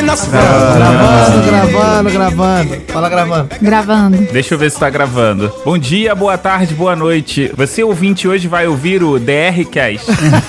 Gravando. Fala gravando. Gravando. Deixa eu ver se tá gravando. Bom dia, boa tarde, boa noite. Você, ouvinte, hoje vai ouvir o DR-Cast.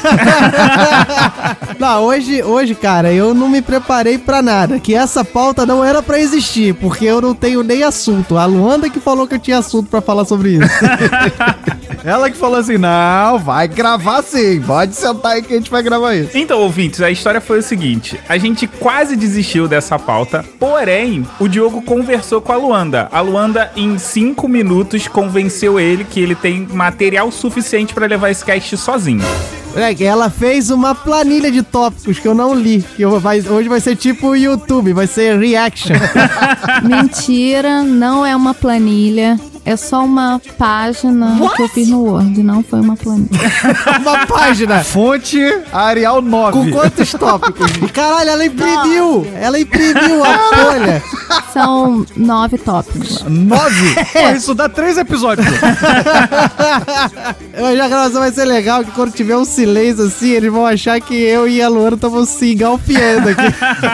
Não, hoje, cara, eu não me preparei pra nada. Que essa pauta não era pra existir, porque eu não tenho nem assunto. A Luanda que falou que eu tinha assunto pra falar sobre isso. Ela que falou assim, não, vai gravar sim. Pode sentar aí que a gente vai gravar isso. Então, ouvintes, a história foi o seguinte. A gente quase desistiu dessa pauta, porém, o Diogo conversou com a Luanda. A Luanda, em 5 minutos, convenceu ele que ele tem material suficiente pra levar esse cast sozinho. Ela fez uma planilha de tópicos que eu não li. Que hoje vai ser tipo o YouTube, vai ser reaction. Mentira, não é uma planilha. É só uma página que eu fiz no Word, não foi uma planilha. Uma página. Fonte Arial 9. Com quantos tópicos? Caralho, ela imprimiu! Ela imprimiu a folha. São 9 tópicos. 9? Pô, isso dá 3 episódios. Hoje a gravação vai ser legal, que quando tiver um silêncio assim, eles vão achar que eu e a Luanda estamos se engalfiando aqui.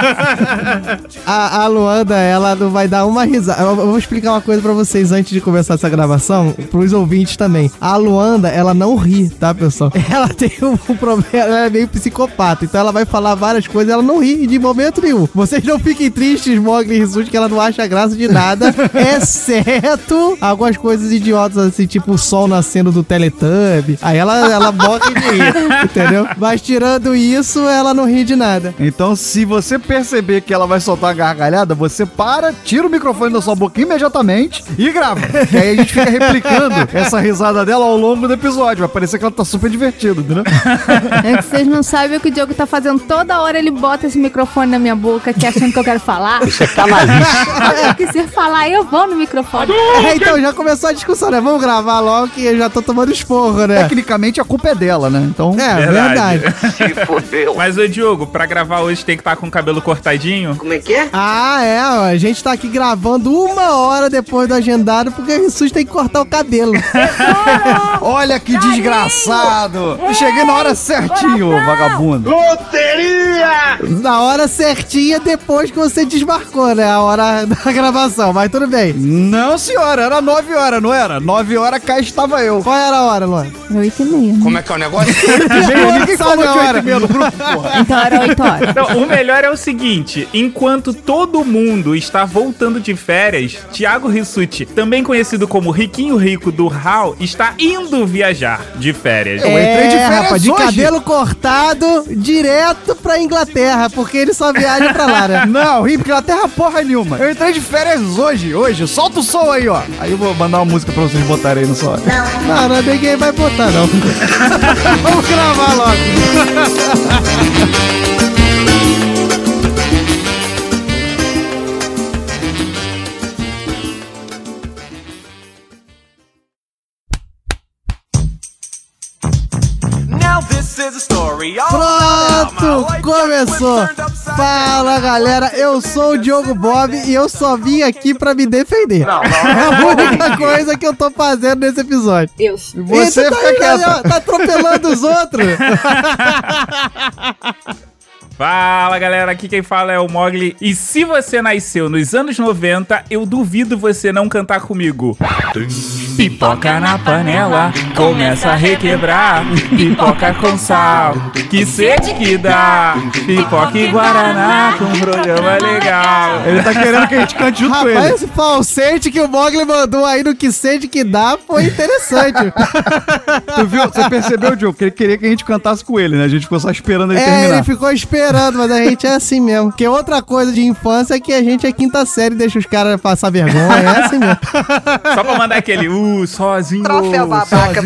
A Luanda, ela não vai dar uma risada. Eu vou explicar uma coisa pra vocês antes de começar essa gravação, pros ouvintes também. A Luanda, ela não ri, tá, pessoal? Ela tem um problema, ela é meio psicopata, então ela vai falar várias coisas e ela não ri de momento nenhum. Vocês não fiquem tristes, Mogli e Rissuti, que ela não acha graça de nada, exceto algumas coisas idiotas, assim, tipo o sol nascendo do Teletubby. Aí ela morre de rir, entendeu? Mas tirando isso, ela não ri de nada. Então, se você perceber que ela vai soltar a gargalhada, você para, tira o microfone da sua boca imediatamente e grava. E aí a gente fica replicando essa risada dela ao longo do episódio. Vai parecer que ela tá super divertida, entendeu? É que vocês não sabem o que o Diogo tá fazendo. Toda hora ele bota esse microfone na minha boca aqui achando que eu quero falar. Isso é canalice. Eu quiser falar, eu vou no microfone. Então, já começou a discussão, né? Vamos gravar logo que eu já tô tomando esporro, né? Tecnicamente a culpa é dela, né? Então. É, verdade. Se fodeu. Mas, ô Diogo, pra gravar hoje tem que estar com o cabelo cortadinho? Como é que é? Ah, é, ó, a gente tá aqui gravando 1 hora depois do agendado, porque o Jesus tem que cortar o cabelo. Olha que desgraçado! Eu cheguei na hora certinho, vagabundo. Na hora certinha depois que você desmarcou, né? A hora da gravação, mas tudo bem. Não, senhora, era 9 horas, não era? 9 horas cá estava eu. Qual era a hora, Luan? 8h30. Como é que é o negócio? Ninguém falou de 8h30 no grupo, porra. Então era 8 horas. Não, o melhor é o seguinte, enquanto todo mundo está voltando de férias, Thiago Rissuti, também conhecido como Riquinho Rico do HAL, está indo viajar de férias. Eu entrei de férias rapaz, de hoje. cabelo cortado direto pra Inglaterra, porque ele só viaja pra lá, né? Não, Inglaterra porra nenhuma. Eu entrei de férias hoje. Solta o som aí, ó. Aí eu vou mandar uma música pra vocês botarem aí no som. Não, ninguém vai botar, não. Vamos gravar logo. Pronto, começou. Fala, galera, eu sou o Diogo Bob e eu só vim aqui pra me defender. É a única coisa que eu tô fazendo nesse episódio. Deus. Você tá fica aí, quieta. tá atropelando os outros. Fala, galera, aqui quem fala é o Mogli. E se você nasceu nos anos 90, eu duvido você não cantar comigo. Pipoca na panela, começa a requebrar. Pipoca com sal, que sede que dá. Pipoca e guaraná, com um programa legal. Ele tá querendo que a gente cante junto com Rapaz, ele. esse falsete que o Mogli mandou aí no que sede que dá foi interessante. Tu viu? Você percebeu, Diogo, que ele queria que a gente cantasse com ele, né? A gente ficou só esperando ele terminar. Ele ficou esperando, mas a gente é assim mesmo. Porque outra coisa de infância é que a gente é quinta série, deixa os caras passar vergonha, é assim mesmo. Só pra mandar aquele, sozinho. Troféu babaca.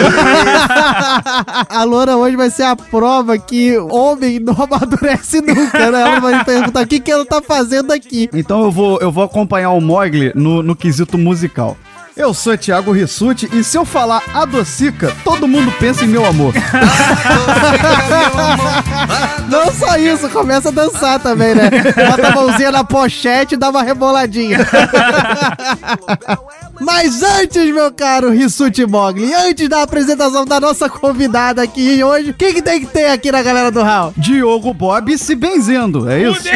A Loura hoje vai ser a prova que homem não amadurece nunca, né? Ela vai me perguntar o que ela tá fazendo aqui. Então eu vou acompanhar o Mogli no quesito musical. Eu sou Thiago Rissuti e se eu falar adocica, todo mundo pensa em meu amor. Não só isso, começa a dançar também, né? Bota a mãozinha na pochete e dá uma reboladinha. Mas antes, meu caro Rissuti Mogli, antes da apresentação da nossa convidada aqui hoje, o que tem que ter aqui na galera do Hall? Diogo Bob se benzendo, é isso?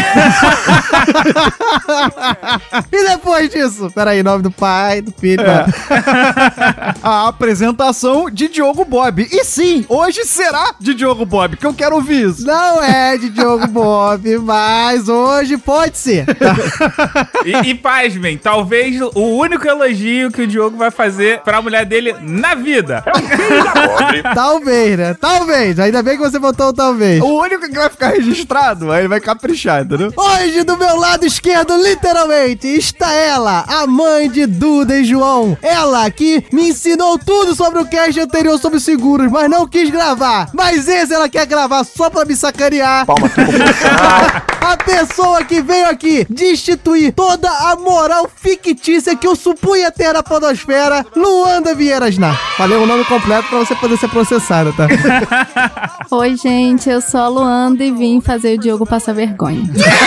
E depois disso? Peraí, nome do pai, do filho. A apresentação de Diogo Bob. E sim, hoje será de Diogo Bob, que eu quero ouvir isso. Não é de Diogo Bob, mas hoje pode ser. E pasmem, talvez o único elogio que o Diogo vai fazer pra mulher dele na vida. Talvez, né? Talvez. Ainda bem que você botou o talvez. O único que vai ficar registrado, aí ele vai caprichar, entendeu? Hoje, do meu lado esquerdo, literalmente, está ela, a mãe de Duda e João. Ela que me ensinou tudo sobre o cast anterior sobre seguros, mas não quis gravar. Mas esse ela quer gravar só pra me sacanear. Palma aqui pro profissional. A pessoa que veio aqui destituir toda a moral fictícia que eu supunha ter na podosfera, Luanda Vieiras Nar. Falei o nome completo pra você poder ser processado, tá? Oi, gente, eu sou a Luanda e vim fazer o Diogo passar vergonha.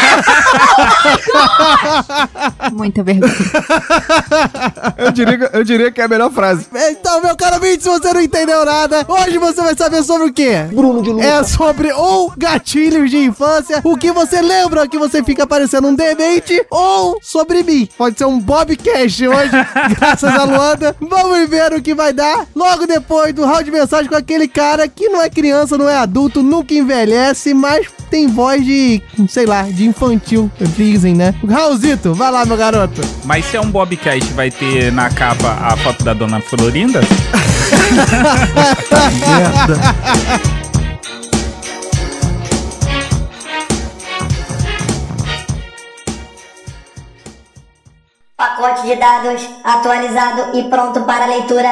Muita vergonha. Eu diria que é a melhor frase. Então, meu caro amigo, se você não entendeu nada, hoje você vai saber sobre o quê? Bruno de Luca. É sobre ou gatilhos de infância, o que você lembra que você fica parecendo um demente, ou sobre mim. Pode ser um Bobcast hoje, graças a Luanda. Vamos ver o que vai dar logo depois do round de mensagem com aquele cara que não é criança, não é adulto, nunca envelhece, mas tem voz de, sei lá, de infantil, dizem, né? Raulzito, vai lá, meu garoto. Mas se é um Bobcast, vai ter na capa a foto da Dona Florinda? Merda. Pacote de dados atualizado e pronto para leitura.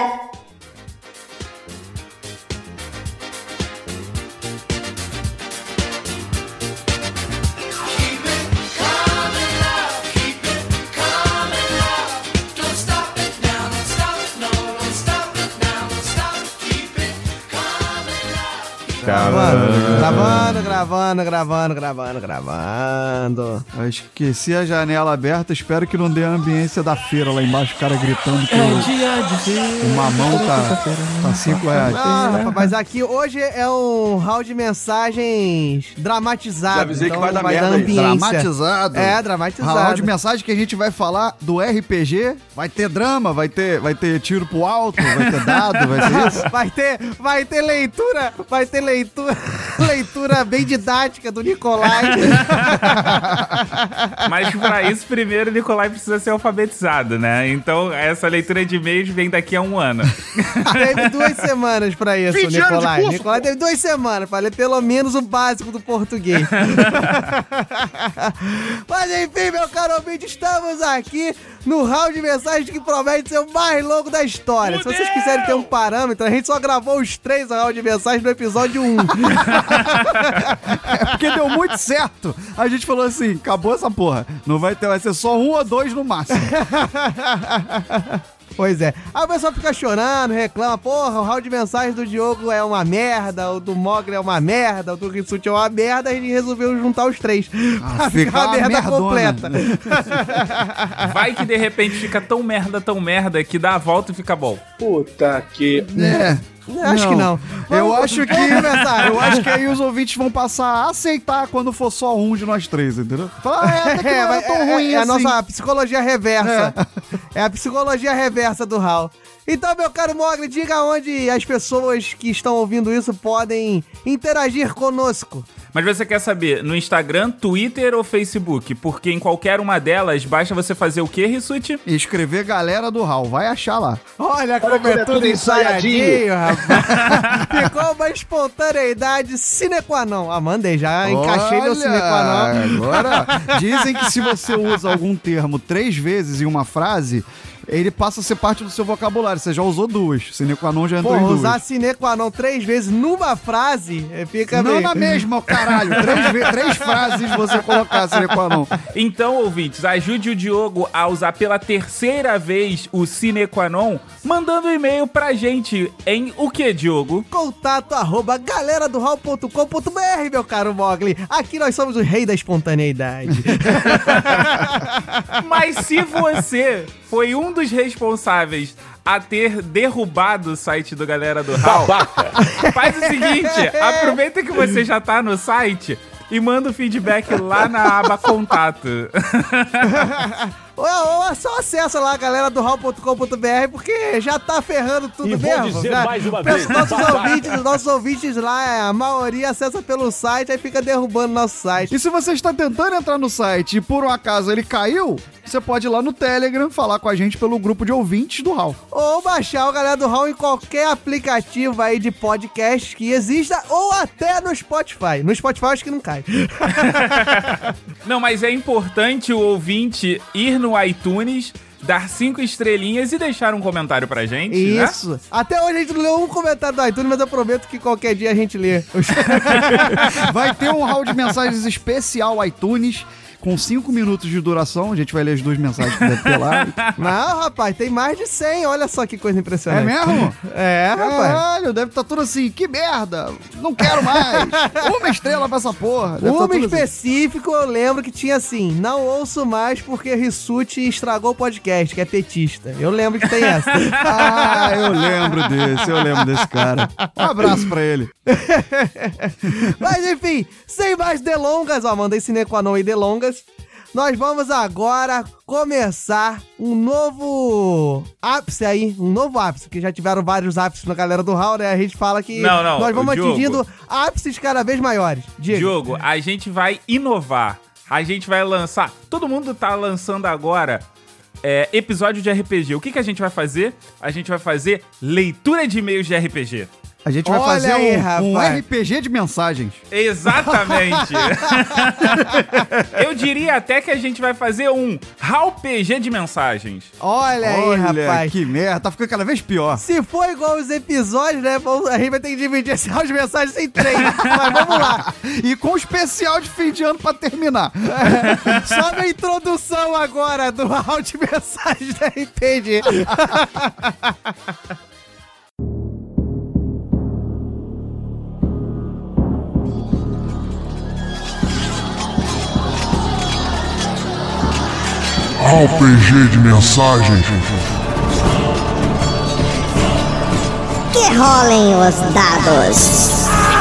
Gravando. Eu esqueci a janela aberta, espero que não dê a ambiência da feira lá embaixo, o cara gritando que o mamão tá R$5. Não, rapaz, mas aqui hoje é um round de mensagens dramatizado. Já avisei que então vai dar merda aí. ambiência. Dramatizado. É, dramatizado. Round de mensagem que a gente vai falar do RPG, vai ter drama, vai ter tiro pro alto, vai ter dado, vai ser isso? Vai ter leitura bem didática do Nicolai. Mas pra isso, primeiro o Nicolai precisa ser alfabetizado, né? Então, essa leitura de e-mails vem daqui a 1 ano. Teve 2 semanas pra isso, Nicolai. Nicolai teve 2 semanas pra ler pelo menos o básico do português. Mas enfim, meu caro ouvinte, estamos aqui no round de mensagens que promete ser o mais longo da história. Se vocês quiserem ter um parâmetro, a gente só gravou os 3 rounds de mensagens no episódio 1. Porque deu muito certo. A gente falou assim, acabou essa porra. Não vai ser só 1 ou 2 no máximo. Pois é. Aí o pessoal fica chorando, reclama, porra, o round de mensagens do Diogo é uma merda, o do Mogli é uma merda, o do Rissuti é uma merda, a gente resolveu juntar os 3. Pra ficar uma merda completa. Vai que de repente fica tão merda que dá a volta e fica bom. Puta que... Acho que não. Eu acho que aí os ouvintes vão passar a aceitar quando for só um de nós 3, entendeu? Fala, até que não é tão ruim é assim. a nossa psicologia reversa. É a psicologia reversa do Hal. Então, meu caro Mogli, diga onde as pessoas que estão ouvindo isso podem interagir conosco. Mas você quer saber no Instagram, Twitter ou Facebook? Porque em qualquer uma delas, basta você fazer o quê, Rissuti? Escrever Galera do Hal, vai achar lá. Olha como é tudo ensaiadinho, rapaz. Ficou uma espontaneidade sine qua non. Ah, mandei, já encaixei meu sine qua non. Agora, dizem que se você usa algum termo 3 vezes em uma frase, ele passa a ser parte do seu vocabulário. Você já usou 2. Sine qua non já entrou em 2. Usar sine qua non 3 vezes numa frase, fica não bem. na mesma, caralho. 3 frases você colocar sine qua non. Então, ouvintes, ajude o Diogo a usar pela 3ª vez o sine qua non, mandando um e-mail pra gente em o que, Diogo? contato@galeradohall.com.br, meu caro Mogli. Aqui nós somos o rei da espontaneidade. Mas se você foi um um dos responsáveis a ter derrubado o site do Galera do Hall, faz o seguinte, aproveita que você já tá no site e manda o feedback lá na aba contato. Ou só acessa lá galeradohall.com.br, porque já tá ferrando tudo E mesmo. vou dizer Já, mais uma vez, nossos ouvintes lá, a maioria acessa pelo site, aí fica derrubando nosso site. E se você está tentando entrar no site e por um acaso ele caiu, você pode ir lá no Telegram falar com a gente pelo grupo de ouvintes do Hall. Ou baixar o Galera do Hall em qualquer aplicativo aí de podcast que exista, ou até no Spotify. No Spotify acho que não cai. Não, mas é importante o ouvinte ir no iTunes, dar 5 estrelinhas e deixar um comentário pra gente, Isso. né? Até hoje a gente não leu um comentário do iTunes, mas eu prometo que qualquer dia a gente lê. Vai ter um hall de mensagens especial iTunes, com 5 minutos de duração. A gente vai ler as 2 mensagens que deve ter lá. Não, rapaz, tem mais de 100. Olha só que coisa É impressionante. mesmo? É, rapaz. Caralho, deve estar tudo assim, que merda, não quero mais. 1 estrela pra essa porra. Deve tá Uma tudo assim. específico eu lembro que tinha assim: não ouço mais porque Rissuti estragou o podcast, que é petista. Eu lembro que tem essa. Ah, eu lembro desse cara. Um abraço pra ele. Mas enfim, sem mais delongas, ó, mandei sine qua non e delongas. Nós vamos agora começar um novo ápice aí, porque já tiveram vários ápices na Galera do Hall, né? A gente fala que Não, nós vamos Diogo. atingindo ápices cada vez maiores. Diga. Diogo, a gente vai inovar. A gente vai lançar. Todo mundo tá lançando agora episódio de RPG. O que a gente vai fazer? A gente vai fazer leitura de e-mails de RPG. A gente vai Olha fazer aí, um rapaz. RPG de mensagens. Exatamente. Eu diria até que a gente vai fazer um Hall PG de mensagens. Olha aí, rapaz. que merda, tá ficando cada vez pior. Se for igual os episódios, né? A gente vai ter que dividir esse áudio de mensagem em 3. Mas vamos lá. E com especial de fim de ano pra terminar. Só a introdução agora do áudio de mensagem da RPG. RPG de mensagens. Que rolem os dados.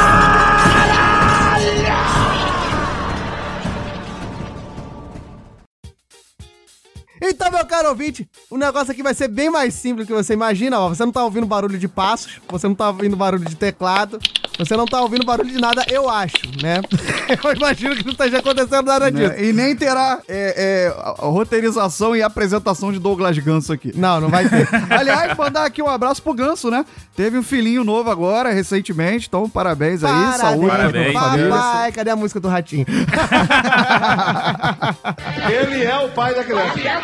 Então, meu caro ouvinte, o negócio aqui vai ser bem mais simples do que você imagina, ó. Você não tá ouvindo barulho de passos, você não tá ouvindo barulho de teclado, você não tá ouvindo barulho de nada, eu acho, né? Eu imagino que não esteja acontecendo nada disso. E nem terá a roteirização e apresentação de Douglas Ganso aqui. Não, não vai ter. Aliás, mandar aqui um abraço pro Ganso, né? Teve um filhinho novo agora, recentemente, então parabéns aí, saúde Parabéns. pra família. Papai, cadê a música do Ratinho? Ele é o pai da criança. Que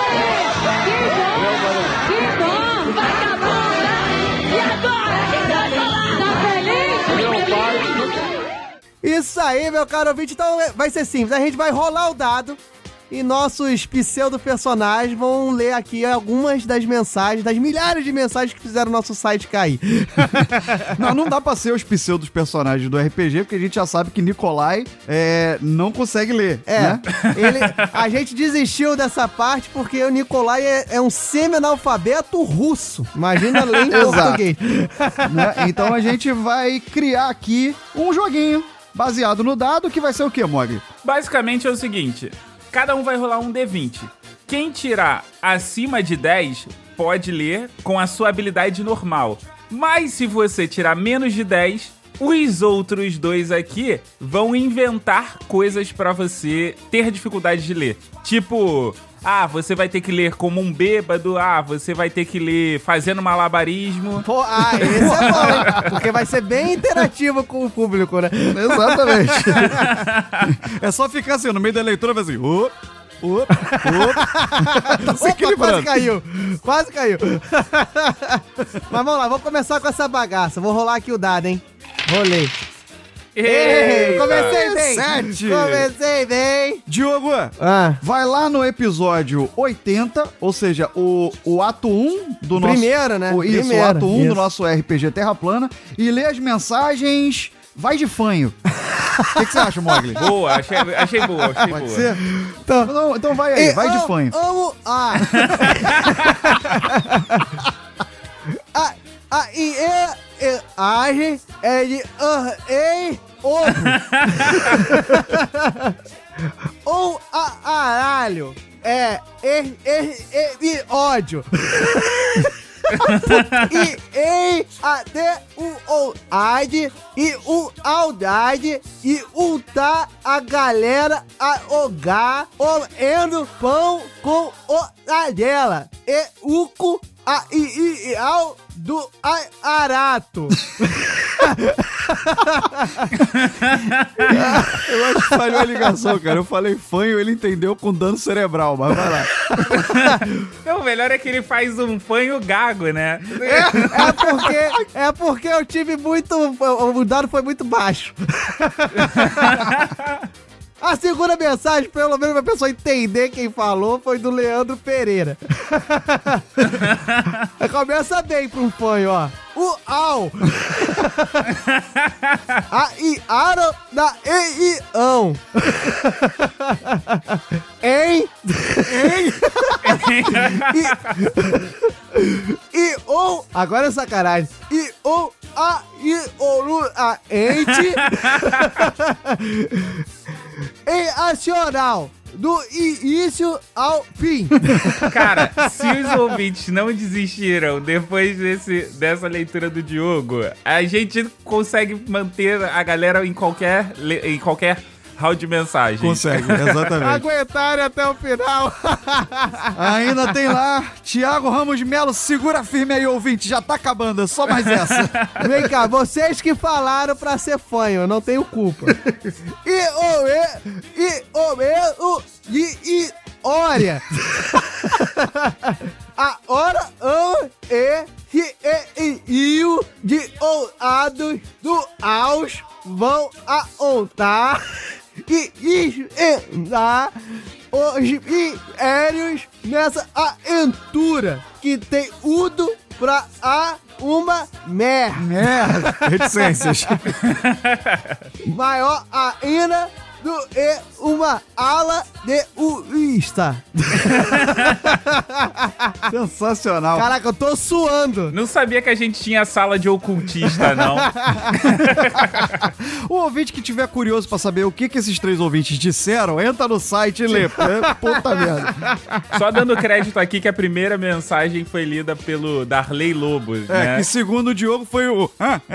bom! Vai acabar! E agora? Tá feliz? Ele é o pai. Isso aí, meu caro ouvinte. Então vai ser simples. A gente vai rolar o dado e nossos pseudo-personagens vão ler aqui algumas das mensagens, das milhares de mensagens que fizeram o nosso site cair. Não dá pra ser os pseudos personagens do RPG, porque a gente já sabe que Nikolai não consegue ler, né? A gente desistiu dessa parte porque o Nikolai é um semi-analfabeto russo. Imagina ler em Exato. português. Né? Então a gente vai criar aqui um joguinho baseado no dado, que vai ser o quê, Mogli? Basicamente é o seguinte: cada um vai rolar um D20. Quem tirar acima de 10 pode ler com a sua habilidade normal. Mas se você tirar menos de 10, os outros dois aqui vão inventar coisas pra você ter dificuldade de ler. Tipo, você vai ter que ler como um bêbado, você vai ter que ler fazendo malabarismo. Pô, esse é bom, hein? Porque vai ser bem interativo com o público, né? Exatamente. É só ficar assim, no meio da leitura, vai assim, tá se Opa, equilibrando. quase caiu. Mas vamos lá, vamos começar com essa bagaça. Vou rolar aqui o dado, hein? Rolei. Eita! Comecei bem. 7. Comecei bem. Diogo, vai lá no episódio 80, ou seja, o ato 1 do nosso... Primeiro, né? O Primeiro, ato 1 do isso. nosso RPG Terra Plana, e lê as mensagens... Vai de fanho. O que você acha, Mogli? Boa, achei boa, achei Pode boa. ser? Então, Então vai aí, vai de fanho. Amo a. Age é de ei ovo. Ou aralho é ódio. E até o ade e o aldade e o tá a galera a ogar endo pão com o dela e uco a ao do arato. Eu acho que falhou a ligação, cara. Eu falei fanho, ele entendeu com dano cerebral, mas vai lá. Não, o melhor é que ele faz um fanho gago, né? É porque eu tive muito... O dado foi muito baixo. A segunda mensagem, pelo menos pra pessoa entender quem falou, foi do Leandro Pereira. Começa bem pra um fanho, ó. O au. A iaro da eião. Hein? E o... Agora é sacanagem. E o a e o a ente. E acional. Do início ao fim. Cara, se os ouvintes não desistiram depois dessa leitura do Diogo, a gente consegue manter a galera em qualquer round de mensagem. Consegue, exatamente. Aguentarem até o final. Ainda tem lá, Thiago Ramos Melo, segura firme aí, ouvinte, já tá acabando, é só mais essa. Vem cá, vocês que falaram pra ser fanho, eu não tenho culpa. Olha. A hora o de olados do aos vão aontar e dar os aéreos nessa aventura que tem udo pra uma merda. Reticências. Maior ainda do e uma ala de uista. Sensacional. Caraca, eu tô suando. Não sabia que a gente tinha sala de ocultista, não. O ouvinte que tiver curioso pra saber o que esses três ouvintes disseram, entra no site e lê. Puta merda. Só dando crédito aqui que a primeira mensagem foi lida pelo Darley Lobos, né? Que segundo o Diogo foi o...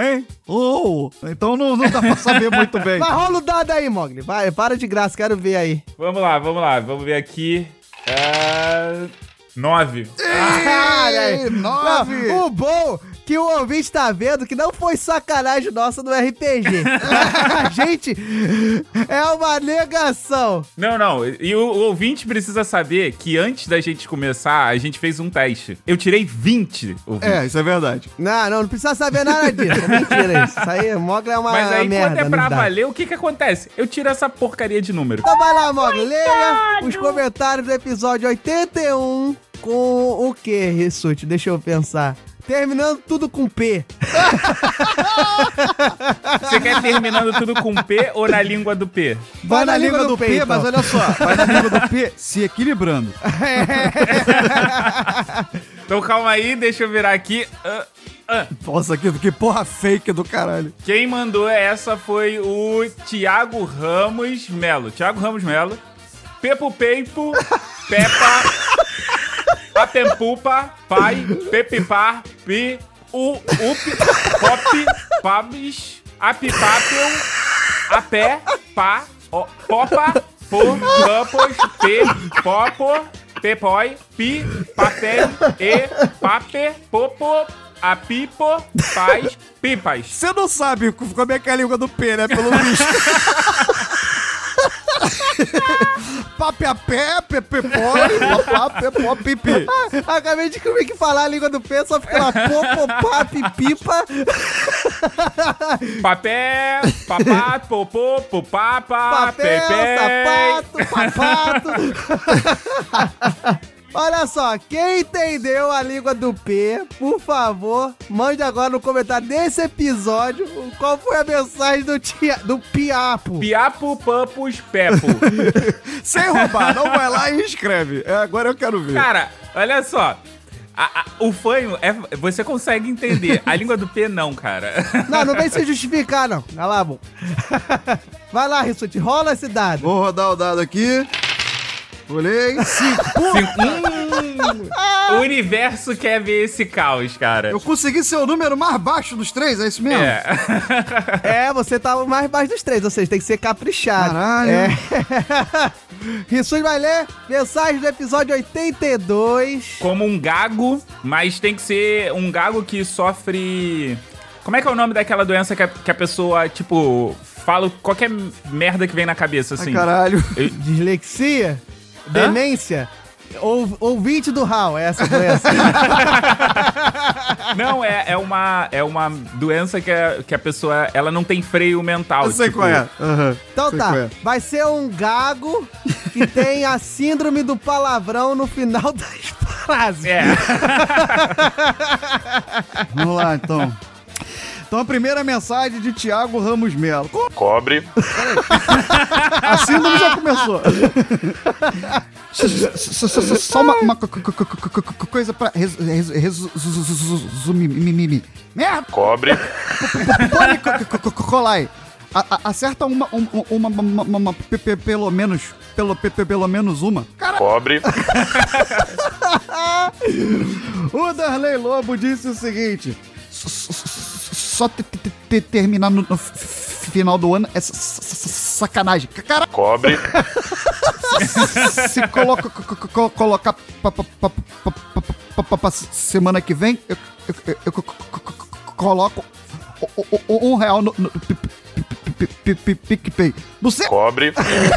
Então não dá pra saber muito bem. Vai, rola o dado aí, Mogli. Vai, para de graça, quero ver aí. Vamos lá. Vamos ver aqui. 9. Cara, 9. O bom que o ouvinte tá vendo que não foi sacanagem nossa no RPG. A gente é uma negação. Não. E o ouvinte precisa saber que antes da gente começar, a gente fez um teste. Eu tirei 20. Isso é verdade. Não precisa saber nada disso. É mentira isso. Isso aí, Mogli é uma merda. Mas aí, quando é pra não dá. valer, o que acontece? Eu tiro essa porcaria de número. Então vai lá, Mogli. Leia os comentários do episódio 81 com o que, Rissuti? Deixa eu pensar. Terminando tudo com P. Você quer terminando tudo com P ou na língua do P? Vai na língua do P, então. mas olha só. Vai na língua do P se equilibrando. Então calma aí, deixa eu virar aqui. Nossa, que porra fake do caralho. Quem mandou essa foi o Thiago Ramos Melo. Pepo Peipo, Peppa, Papempupa, Pai, Pepipar, Pi, Up, Pop, Pabs, Apipapel, Apé, Pá, Popa, Po, Campos, P, Popo, Pepói, Pi, Papel, E, Pape, Popo, Apipo, Paz, Pipas. Você não sabe como é que é a língua do P, né? Pelo visto. Papiapé, pepepói, papapepó, pipi. Acabei de comer que falar a língua do P, só fica lá popo, papi, pipa. Papé, papá, popô, popapa, Papel, pepe. sapato, papato. Olha só, quem entendeu a língua do P, por favor, mande agora no comentário desse episódio qual foi a mensagem do Piapo. Piapo, Pampus, Pepo. Sem roubar, não vai lá e escreve. Agora eu quero ver. Cara, olha só. O fanho, você consegue entender. A língua do P, não, cara. Não vem se justificar, não. Vai lá, bom. Vai lá, Rissuti, rola esse dado. Vou rodar o dado aqui. Olhei. 5. O universo quer ver esse caos, cara. Eu consegui ser o número mais baixo dos 3, é isso mesmo? Você tá mais baixo dos 3, ou seja, tem que ser caprichado. Caralho. Rissuti vai ler mensagem do episódio 82. Como um gago, mas tem que ser um gago que sofre... Como é que é o nome daquela doença que a pessoa, tipo, fala qualquer merda que vem na cabeça, assim? Ai, caralho. Dislexia? Demência? Ouvinte do Hall, é essa doença? Não, é uma doença que a pessoa, ela não tem freio mental. Eu sei qual é. Então sei tá, qual é. vai ser um gago que tem a síndrome do palavrão no final das frases. Vamos lá, então. Então a primeira mensagem de Thiago Ramos Melo. Cobre. A síndrome já começou. Só uma coisa pra resumir. Merda! Cobre. Colai. Acerta pelo menos uma. Cara. Cobre. O Darley Lobo disse o seguinte: só terminar no final do ano é sacanagem. Cara. Cobre. Se colocar pra semana que vem, eu coloco R$1 no PicPay. Você cobre.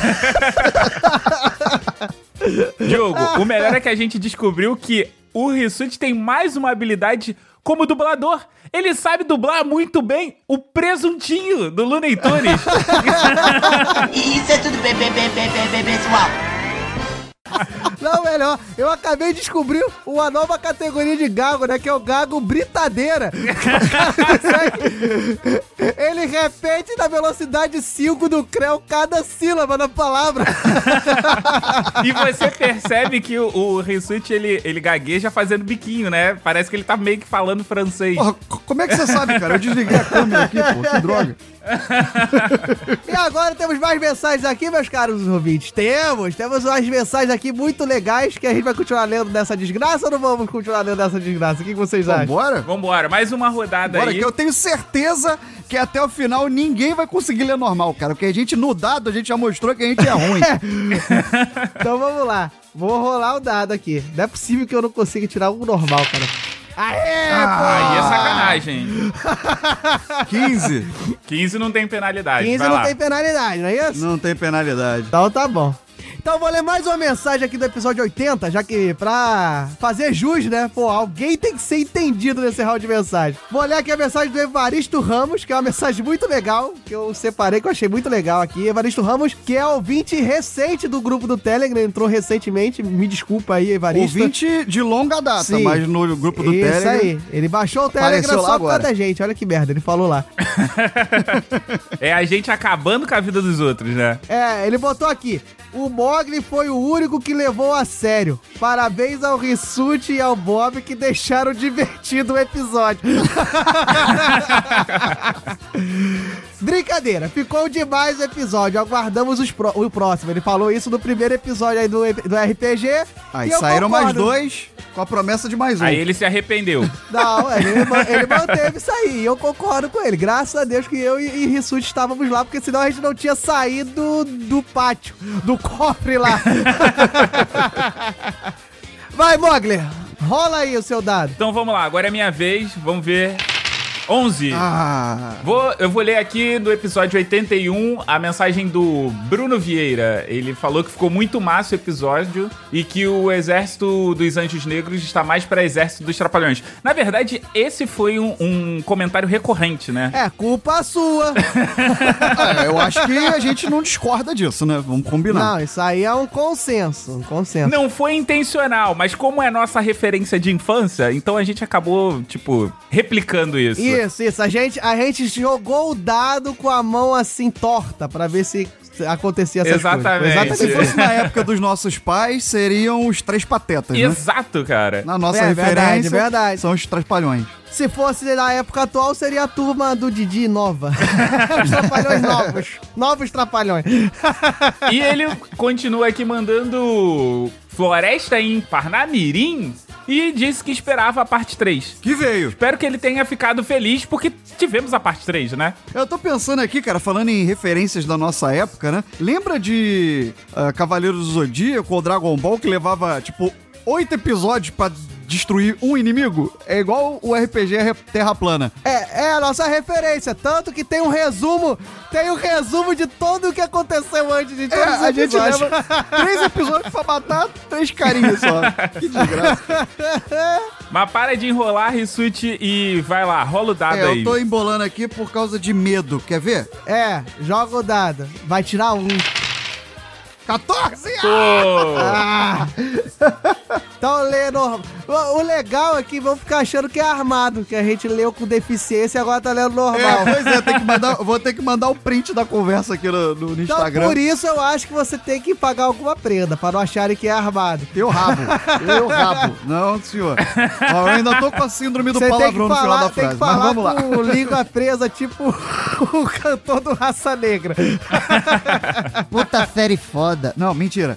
Diogo, o melhor é que a gente descobriu que o Rissuti tem mais uma habilidade como dublador. Ele sabe dublar muito bem o Presuntinho do Looney Tunes. Isso é tudo bem, pessoal. Não, melhor, eu acabei de descobrir uma nova categoria de gago, né? Que é o gago britadeira. Ele repete na velocidade 5 do Creu cada sílaba da palavra. E você percebe que o Rissuti, ele gagueja fazendo biquinho, né? Parece que ele tá meio que falando francês. Porra, como é que você sabe, cara? Eu desliguei a câmera aqui, pô, que droga. E agora temos mais mensagens aqui, meus caros ouvintes. Temos umas mensagens aqui muito legais que a gente vai continuar lendo dessa desgraça ou não vamos continuar lendo dessa desgraça? O que vocês acham? Vambora, mais uma rodada aí. Que eu tenho certeza que até o final ninguém vai conseguir ler normal, cara. Porque a gente, no dado, a gente já mostrou que a gente é ruim. Então vamos lá. Vou rolar o dado aqui. Não é possível que eu não consiga tirar um normal, cara. Aê, pô! Aí é sacanagem. 15. 15 não tem penalidade. 15 não tem penalidade, não é isso? Não tem penalidade. Então tá bom. Então eu vou ler mais uma mensagem aqui do episódio 80, já que pra fazer jus, né? Pô, alguém tem que ser entendido nesse round de mensagem. Vou ler aqui a mensagem do Evaristo Ramos, que é uma mensagem muito legal, que eu separei, que eu achei muito legal aqui. Evaristo Ramos, que é ouvinte recente do grupo do Telegram, entrou recentemente, me desculpa aí, Evaristo. Ouvinte de longa data, sim, mas no grupo do Telegram. Isso aí, ele baixou o Telegram só por causa da gente, olha que merda, ele falou lá. É a gente acabando com a vida dos outros, né? É, ele botou aqui: o Mogli foi o único que levou a sério. Parabéns ao Rissuti e ao Bob que deixaram divertido o episódio. Brincadeira, ficou demais o episódio. Aguardamos o próximo. Ele falou isso no primeiro episódio aí do RPG. Aí saíram mais 2 com a promessa de mais um. Aí ele se arrependeu. Não, ele manteve isso aí. E eu concordo com ele. Graças a Deus que eu e Rissuti estávamos lá, porque senão a gente não tinha saído do pátio, do cofre lá. Vai, Mogli, rola aí o seu dado. Então vamos lá, agora é minha vez. Vamos ver. 11. Eu vou ler aqui no episódio 81 a mensagem do Bruno Vieira. Ele falou que ficou muito massa o episódio e que o exército dos Anjos Negros está mais para exército dos Trapalhões. Na verdade, esse foi um comentário recorrente, né? É, culpa sua. Eu acho que a gente não discorda disso, né? Vamos combinar. Não, isso aí é um consenso. Não foi intencional, mas como é nossa referência de infância, então a gente acabou, tipo, replicando isso. Isso. A gente jogou o dado com a mão assim torta pra ver se acontecia essas Exatamente. coisas. Se fosse na época dos nossos pais, seriam os Três Patetas, né? Exato, cara. Na nossa referência, verdade. são os Trapalhões. Se fosse na época atual, seria a turma do Didi nova. Os Trapalhões novos. Novos Trapalhões. E ele continua aqui mandando Floresta em Parnamirim e disse que esperava a parte 3. Que veio. Espero que ele tenha ficado feliz porque tivemos a parte 3, né? Eu tô pensando aqui, cara, falando em referências da nossa época, né? Lembra de Cavaleiros do Zodíaco ou Dragon Ball que levava, tipo, 8 episódios pra destruir um inimigo? É igual o RPG Terra Plana. É a nossa referência. Tanto que tem um resumo de tudo o que aconteceu antes de todos os a gente episódios. leva 3 episódios pra matar 3 carinhas só. Que desgraça. Mas para de enrolar, Rissuti, e vai lá, rola o dado aí. Eu tô embolando aqui por causa de medo. Quer ver? Joga o dado. Vai tirar 1. 14! Então lê normal. O legal é que vão ficar achando que é armado, que a gente leu com deficiência e agora tá lendo normal. Pois é, vou ter que mandar o print da conversa aqui no Então, Instagram. por isso eu acho que você tem que pagar alguma prenda, para não acharem que é armado. Eu rabo. Não, senhor. Eu ainda tô com a síndrome do Você palavrão no final da tem frase, que mas falar vamos lá. com língua presa, tipo o cantor do Raça Negra. Puta série foda. Não, mentira.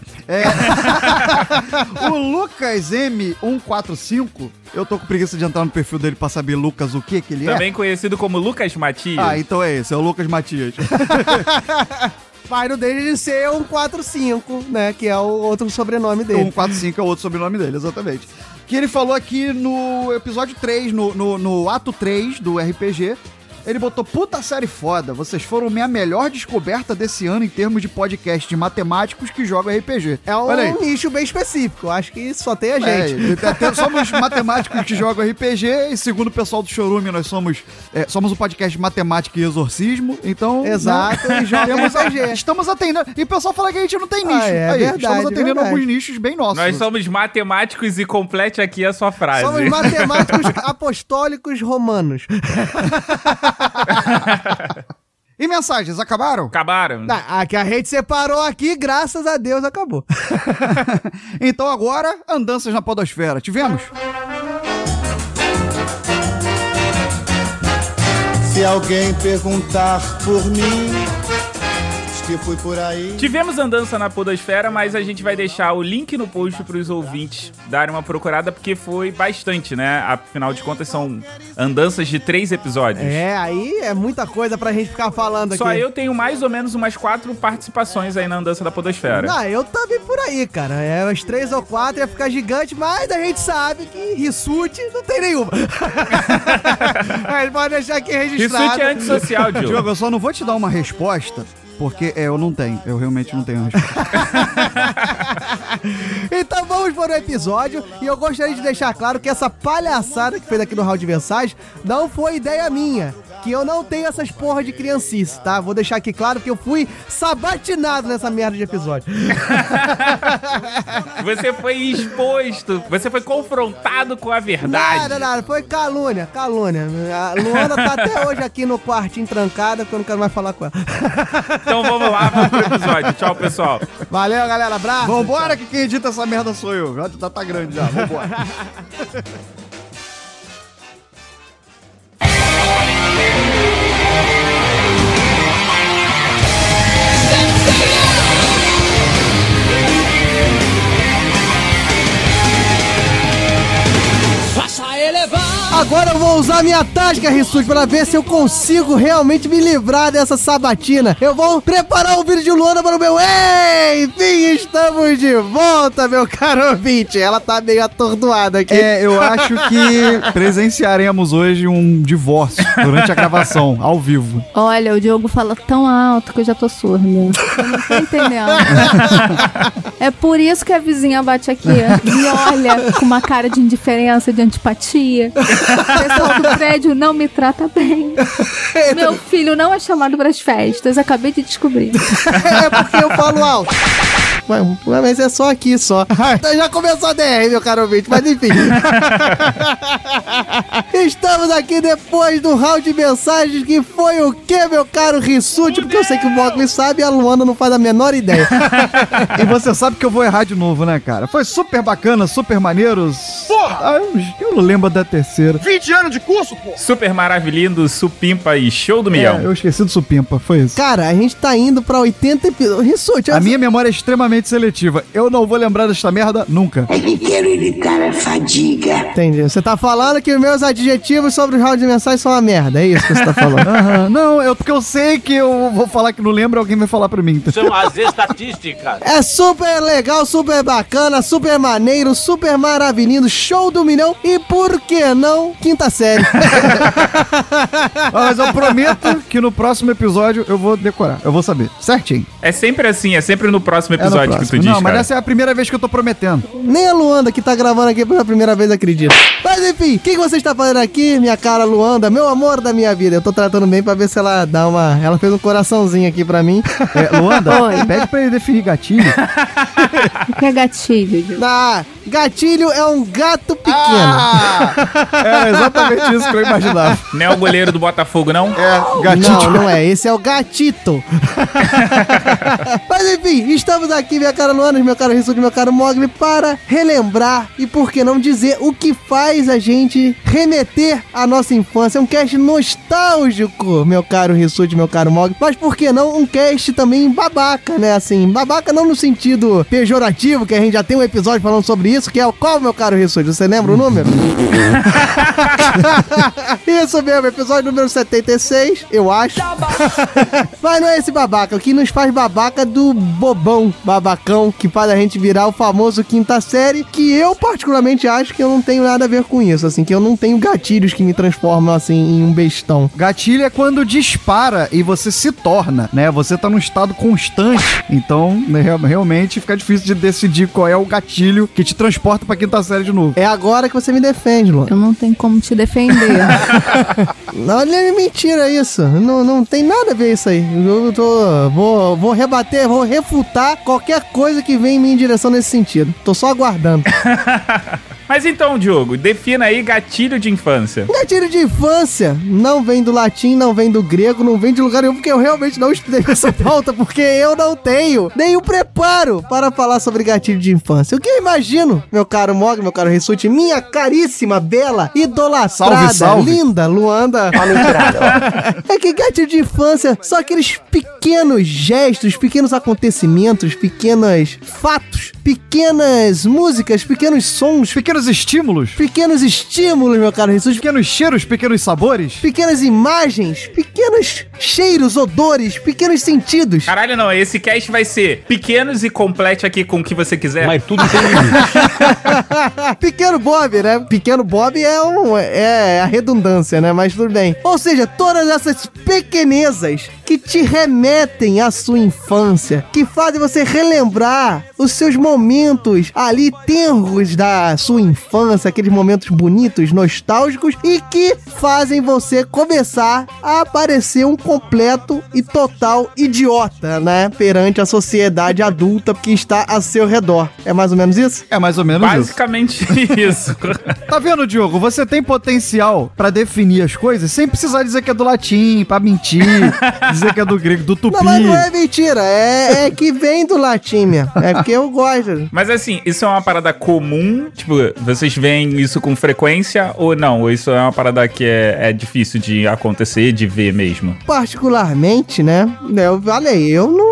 O Lucas M145, eu tô com preguiça de entrar no perfil dele pra saber Lucas o que ele é. Também conhecido como Lucas Matias. Então é esse, é o Lucas Matias. Pai no dele de ser 145, né? Que é o outro sobrenome dele. 145 é o outro sobrenome dele, exatamente. Que ele falou aqui no episódio 3, no ato 3 do RPG. Ele botou, puta série foda, vocês foram minha melhor descoberta desse ano em termos de podcast de matemáticos que jogam RPG. É um nicho bem específico, acho que só tem a gente. Somos matemáticos que jogam RPG e segundo o pessoal do Chorume, nós somos um podcast de matemática e exorcismo, então... Exato, né? e jogamos RPG. Estamos atendendo, e o pessoal fala que a gente não tem nicho. Verdade, estamos atendendo alguns nichos bem nossos. Nós somos matemáticos e complete aqui a sua frase. Somos matemáticos apostólicos romanos. E mensagens, acabaram? Acabaram. A que a gente separou aqui, graças a Deus, acabou. Então agora, andanças na podosfera. Tivemos? Se alguém perguntar por mim, que fui por aí. Tivemos andança na podosfera, mas a gente vai deixar o link no post pros ouvintes darem uma procurada, porque foi bastante, né? Afinal de contas, são andanças de 3 episódios. Aí é muita coisa pra gente ficar falando aqui. Só eu tenho mais ou menos umas 4 participações aí na andança da podosfera. Eu também por aí, cara. Umas 3 ou 4 ia ficar gigante, mas a gente sabe que Rissuti não tem nenhuma. Mas pode deixar aqui registrado. Rissuti é antissocial, Diogo. Diogo, eu só não vou te dar uma resposta, porque eu não tenho. Eu realmente não tenho uma resposta. Então vamos para o episódio. E eu gostaria de deixar claro que essa palhaçada que fez aqui no Round de Mensagem não foi ideia minha. Que eu não tenho essas porra de criancice, tá? Vou deixar aqui claro que eu fui sabatinado nessa merda de episódio. Você foi exposto, você foi confrontado com a verdade. Nada, foi calúnia. A Luana tá até hoje aqui no quartinho trancada, porque eu não quero mais falar com ela. Então vamos lá pro episódio. Tchau, pessoal. Valeu, galera. Abraço. Vambora, que quem edita essa merda sou eu. Já tá grande já. Vambora. Agora eu vou vou usar minha tática, Rissuti, para ver se eu consigo realmente me livrar dessa sabatina. Eu vou preparar um vídeo de Luana para o meu... Enfim, estamos de volta, meu caro ouvinte. Ela tá meio atordoada aqui. Eu acho que presenciaremos hoje um divórcio durante a gravação, ao vivo. Olha, o Diogo fala tão alto que eu já tô surda. Eu não tô entendendo. É por isso que a vizinha bate aqui. Me olha com uma cara de indiferença, de antipatia. O pessoal do prédio não me trata bem. Meu filho não é chamado para as festas. Acabei de descobrir. É porque eu falo alto. Mas é só aqui, só. Já começou a DR, meu caro ouvinte, mas enfim. Estamos aqui depois do round de mensagens, que foi o quê, meu caro Rissuti? Porque eu sei que o Mogli sabe e a Luana não faz a menor ideia. E você sabe que eu vou errar de novo, né, cara? Foi super bacana, super maneiros. Porra! Eu não lembro da terceira. 20 anos de curso, pô! Super maravilhindo, supimpa e show do milhão. Eu esqueci do supimpa, foi isso. Cara, a gente tá indo pra 80 episódios. Rissuti, a minha memória é extremamente seletiva. Eu não vou lembrar desta merda nunca. É que quero evitar a fadiga. Entendi. Você tá falando que os meus adjetivos sobre os rounds de mensagens são uma merda. É isso que você tá falando. Não, porque eu sei que eu vou falar que não lembro, alguém vai falar pra mim. São as estatísticas. É super legal, super bacana, super maneiro, super maravilhoso, show do milhão e por que não, quinta série. Mas eu prometo que no próximo episódio eu vou decorar, eu vou saber, certinho. É sempre assim, é sempre no próximo episódio que tu diz, não, mas cara. essa é a primeira vez que eu tô prometendo. Nem a Luanda que tá gravando aqui pela primeira vez acredita. Mas enfim, o que você está fazendo aqui, minha cara Luanda, meu amor da minha vida? Eu tô tratando bem pra ver se ela dá uma... Ela fez um coraçãozinho aqui pra mim. Luanda, Oi. pede pra ele definir gatilho. O que é gatilho, Diogo? Gatilho é um gato pequeno. Era exatamente isso que eu imaginava. Não é o goleiro do Botafogo, não? Gatilho. Não é. Esse é o gatito. Mas enfim, estamos aqui, minha cara Luana, meu caro Rissuti, meu caro Mogli, para relembrar e, por que não dizer, o que faz a gente remeter à nossa infância. É um cast nostálgico, meu caro Rissuti, meu caro Mogli. Mas por que não um cast também babaca, né? Assim, babaca não no sentido pejorativo, que a gente já tem um episódio falando sobre isso, que é o qual, meu caro Rissuti? Você lembra o número? Isso mesmo, episódio número 76, eu acho. Mas não é esse babaca. O que nos faz babaca do bobão, babacão, que faz a gente virar o famoso quinta série, que eu particularmente acho que eu não tenho nada a ver com isso, assim, que eu não tenho gatilhos que me transformam, assim, em um bestão. Gatilho é quando dispara e você se torna, né? Você tá num estado constante, então, né, realmente fica difícil de decidir qual é o gatilho que te transporta pra quinta série de novo. É agora que você me defende, Luan. Eu não tenho como te defender. Não, é mentira isso. Não tem nada a ver isso aí. Vou rebater, vou refutar qualquer coisa que venha em minha direção nesse sentido. Tô só aguardando. Mas então, Diogo, defina aí gatilho de infância. Gatilho de infância não vem do latim, não vem do grego, não vem de lugar nenhum, porque eu realmente não estudei essa pauta, porque eu não tenho nenhum preparo para falar sobre gatilho de infância. O que eu imagino, meu caro Mogli, meu caro Rissuti, minha caríssima, bela, idolatrada, salve. linda Luanda, é que gatilho de infância são aqueles pequenos gestos, pequenos acontecimentos, pequenos fatos, pequenas músicas, pequenos sons, Pequenos estímulos, meu caro Rissuti, pequenos cheiros, pequenos sabores, pequenas imagens, pequenos cheiros, odores, pequenos sentidos. Caralho, não, esse cast vai ser pequenos e complete aqui com o que você quiser. Mas tudo tem limite. Pequeno Bob, né? Pequeno Bob é a redundância, né? Mas tudo bem. Ou seja, todas essas pequenezas que te remetem à sua infância, que fazem você relembrar os seus momentos ali tenros da sua infância, aqueles momentos bonitos, nostálgicos, e que fazem você começar a parecer um completo e total idiota, né? Perante a sociedade adulta que está a seu redor. É mais ou menos isso? É mais ou menos Basicamente isso. Tá vendo, Diogo? Você tem potencial pra definir as coisas sem precisar dizer que é do latim, pra mentir, dizer que é do grego, do tupi. Não, mas não é mentira. É que vem do latim mesmo. É porque eu gosto. Mas assim, isso é uma parada comum? Tipo, vocês veem isso com frequência ou não? Ou isso é uma parada que é difícil de acontecer, de ver mesmo? Particularmente, né? Eu falei, eu não tenho nenhum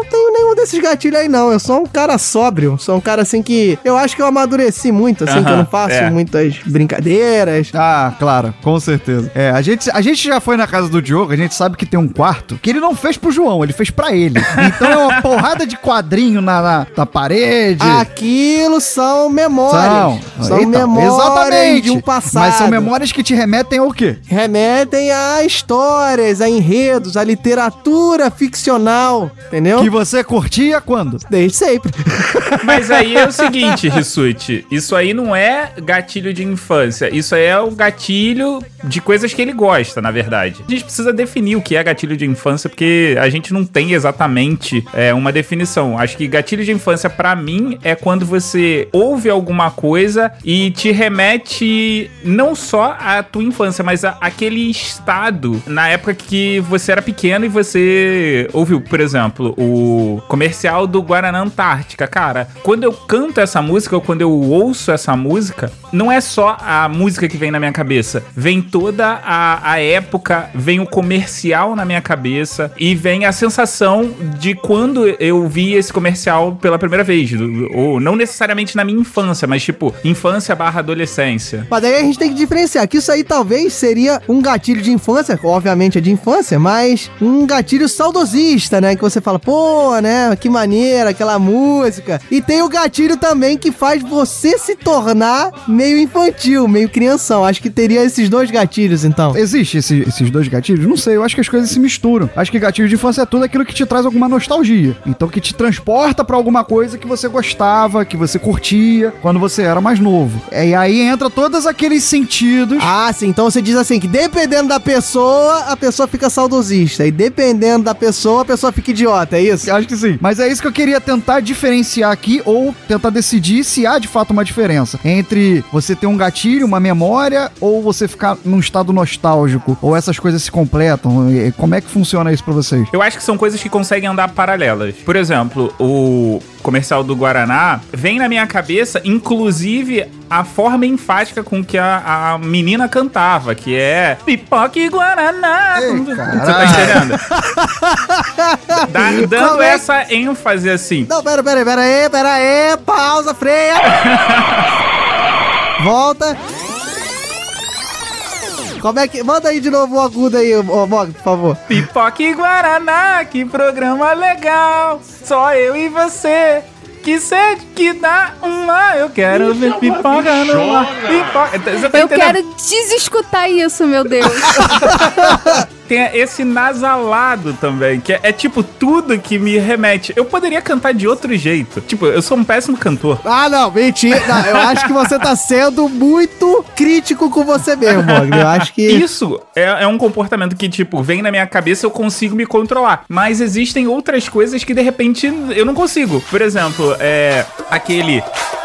nenhum desses gatilhos aí, não. Eu sou um cara sóbrio. Sou um cara, assim, que... Eu acho que eu amadureci muito, assim, que eu não faço muitas brincadeiras. Ah, claro, com certeza. A gente já foi na casa do Diogo, a gente sabe que tem um quarto que ele não fez pro João, ele fez pra ele. Então é uma porrada de quadrinho na parede. Aquilo são memórias. São memórias exatamente. de um passado. Mas são memórias que te remetem ao quê? Remetem a histórias, a enredos, a literatura ficcional, entendeu? Que você curtia quando? Desde sempre. Mas aí é o seguinte, Rissuti, isso aí não é gatilho de infância, isso aí é o gatilho de coisas que ele gosta, na verdade. A gente precisa definir o que é gatilho de infância, porque a gente não tem exatamente uma definição. Acho que gatilho de infância, pra mim, é quando você ouve alguma coisa e te remete não só à tua infância, mas àquele estado na época que você era pequeno e você ouviu, por exemplo, o comercial do Guaraná Antártica. Cara, quando eu canto essa música ou quando eu ouço essa música, não é só a música que vem na minha cabeça, vem toda a época, vem o comercial na minha cabeça e vem a sensação de quando eu vi esse comercial pela primeira vez, ou não necessariamente na minha infância, mas tipo, infância / adolescência. Mas daí a gente tem que diferenciar que isso aí talvez seria um gatilho de infância, obviamente é de infância, mas um gatilho saudosista, né, que você fala, pô, né, que maneira, aquela música. E tem o gatilho também que faz você se tornar meio infantil, meio crianção. Acho que teria esses dois gatilhos, então. Existe esses dois gatilhos? Não sei, eu acho que as coisas se misturam. Acho que gatilho de infância é tudo aquilo que te traz alguma nostalgia. Então, que te transporta pra alguma coisa que você gostava, que você curtia quando você era mais novo. E aí entra todos aqueles sentidos. Ah, sim. Então você diz assim, que dependendo da pessoa, a pessoa fica saudosista. E dependendo da pessoa, a pessoa fica idiota, é isso? Eu acho que sim. Mas é isso que eu queria tentar diferenciar aqui, ou tentar decidir se há de fato uma diferença entre você ter um gatilho, uma memória, ou você ficar num estado nostálgico, ou essas coisas se completam. Como é que funciona isso pra vocês? Eu acho que são coisas que conseguem andar paralelas. Por exemplo, o comercial do Guaraná vem na minha cabeça, inclusive, a forma enfática com que a menina cantava, que é pipoca e Guaraná. Você tá entendendo? Dando essa ênfase assim. Não, pera aí, pausa, freia. Volta. Como é que... Manda aí de novo o agudo aí, Mog, por favor. Pipoca e Guaraná, que programa legal. Só eu e você. Que sede que dá uma... Eu quero ver pipoca no ar. Pipoca... Você tá eu quero desescutar isso, meu Deus. Tem esse nasalado também, que é tipo tudo que me remete. Eu poderia cantar de outro jeito. Tipo, eu sou um péssimo cantor. Ah, não, mentira. Não, eu acho que você tá sendo muito crítico com você mesmo, Mogli. Eu acho que... Isso é um comportamento que, tipo, vem na minha cabeça, eu consigo me controlar. Mas existem outras coisas que, de repente, eu não consigo. Por exemplo, aquele...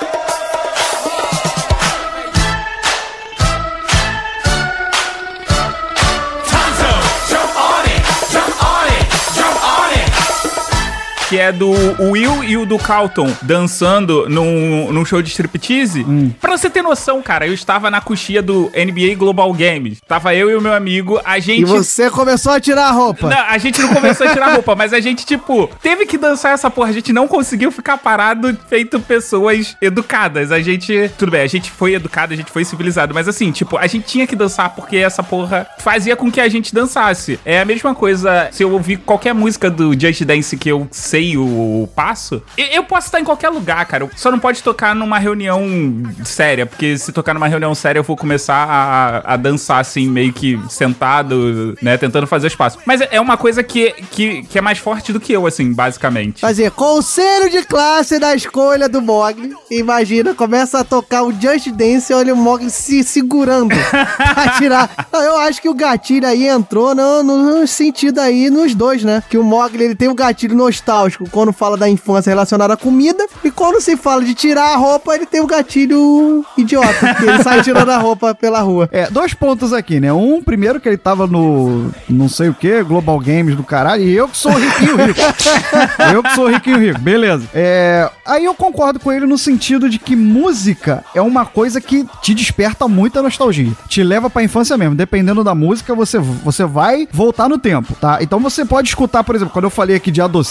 que é do Will e o do Carlton dançando num show de striptease. Pra você ter noção, cara, eu estava na coxia do NBA Global Games. Tava eu e o meu amigo, a gente... E você começou a tirar a roupa. Não, a gente não começou a tirar a roupa, mas a gente, tipo, teve que dançar essa porra. A gente não conseguiu ficar parado feito pessoas educadas. A gente... Tudo bem, a gente foi educado, a gente foi civilizado, mas assim, tipo, a gente tinha que dançar porque essa porra fazia com que a gente dançasse. É a mesma coisa se eu ouvir qualquer música do Just Dance que eu sei o passo, eu posso estar em qualquer lugar, cara. Só não pode tocar numa reunião séria, porque se tocar numa reunião séria eu vou começar a dançar assim, meio que sentado, né, tentando fazer os passos. Mas é uma coisa que é mais forte do que eu, assim, basicamente. Fazer conselho de classe da escolha do Mogli. Imagina, começa a tocar o Just Dance e olha o Mogli se segurando pra tirar. Eu acho que o gatilho aí entrou no sentido aí nos dois, né? Que o Mogli, ele tem um gatilho nostálgico quando fala da infância relacionada à comida, e quando se fala de tirar a roupa, ele tem um gatilho idiota, porque ele sai tirando a roupa pela rua. Dois pontos aqui, né? Primeiro que ele tava no não sei o que, Global Games do caralho, e eu que sou riquinho rico. Eu que sou riquinho rico, beleza. Aí eu concordo com ele no sentido de que música é uma coisa que te desperta muita nostalgia. Te leva pra infância mesmo. Dependendo da música, você vai voltar no tempo, tá? Então você pode escutar, por exemplo, quando eu falei aqui de Adocica, não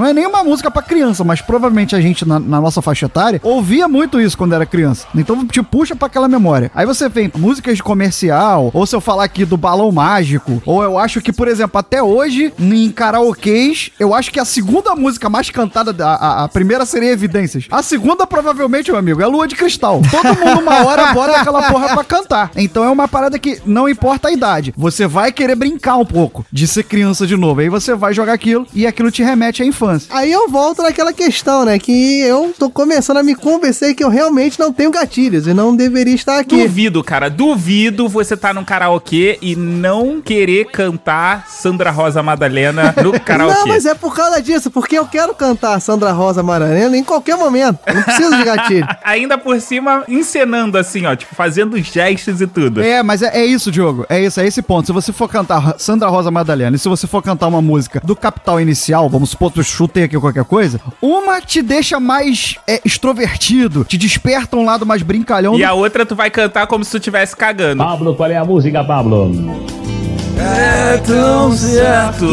não é nenhuma música pra criança, mas provavelmente a gente, na nossa faixa etária, ouvia muito isso quando era criança. Então te puxa pra aquela memória. Aí você vem músicas de comercial, ou se eu falar aqui do Balão Mágico, ou eu acho que, por exemplo, até hoje, em karaokês, eu acho que a segunda música mais cantada, a primeira seria Evidências. A segunda, provavelmente, meu amigo, é Lua de Cristal. Todo mundo, uma hora, bota aquela porra pra cantar. Então é uma parada que não importa a idade. Você vai querer brincar um pouco de ser criança de novo. Aí você vai jogar aquilo e aquilo te remete à infância. Aí eu volto naquela questão, né? Que eu tô começando a me convencer que eu realmente não tenho gatilhos e não deveria estar aqui. Duvido, cara. Duvido você tá num karaokê e não querer cantar Sandra Rosa Madalena no karaokê. Não, mas é por causa disso, porque eu quero cantar Sandra Rosa Madalena em qualquer momento. Eu não preciso de gatilho. Ainda por cima, encenando assim, ó, tipo, fazendo gestos e tudo. Mas é isso, Diogo. É esse ponto. Se você for cantar Sandra Rosa Madalena e se você for cantar uma música do Capital Inicial, vamos supor, tu chutei aqui qualquer coisa, uma te deixa mais extrovertido, te desperta um lado mais brincalhão. E a outra tu vai cantar como se tu estivesse cagando. Pablo, qual é a música, Pablo? É tão certo.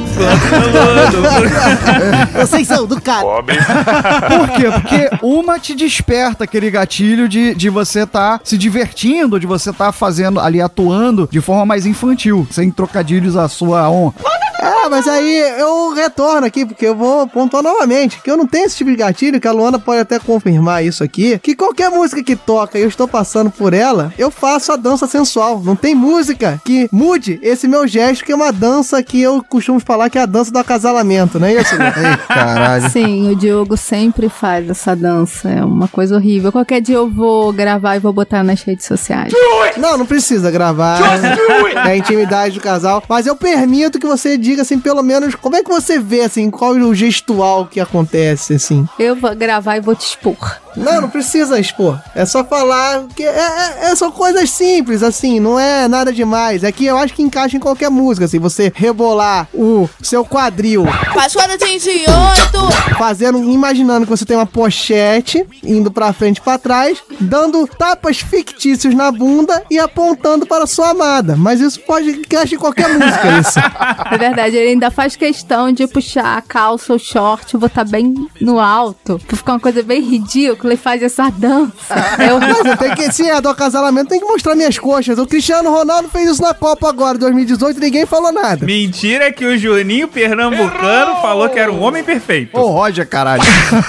Vocês são do cara. Por quê? Porque uma te desperta aquele gatilho de você tá se divertindo, de você tá fazendo ali, atuando de forma mais infantil, sem trocadilhos à sua honra. Mas aí eu retorno aqui, porque eu vou pontuar novamente, que eu não tenho esse tipo de gatilho, que a Luana pode até confirmar isso aqui, que qualquer música que toca e eu estou passando por ela, eu faço a dança sensual. Não tem música que mude esse meu gesto, que é uma dança que eu costumo falar que é a dança do acasalamento, não é isso? Ei, caralho. Sim, o Diogo sempre faz essa dança, é uma coisa horrível. Qualquer dia eu vou gravar e vou botar nas redes sociais. Não precisa gravar. É a intimidade do casal. Mas eu permito que você diga, assim, pelo menos, como é que você vê, assim, qual é o gestual que acontece, assim? Eu vou gravar e vou te expor. Não precisa expor. É só falar que são coisas simples, assim, não é nada demais. É que eu acho que encaixa em qualquer música, assim, você rebolar o seu quadril. Faz quando atingir 8. Imaginando que você tem uma pochete, indo pra frente e pra trás, dando tapas fictícios na bunda e apontando para a sua amada. Mas isso pode encaixar em qualquer música, isso. É verdade, ele ainda faz questão de puxar a calça ou short, botar bem no alto, pra ficar uma coisa bem ridícula. Ele faz essa dança. Mas tem que, se é do acasalamento, tem que mostrar minhas coxas. O Cristiano Ronaldo fez isso na Copa agora, 2018, e ninguém falou nada. Mentira que o Juninho Pernambucano falou que era um homem perfeito. Ô, Roger, caralho.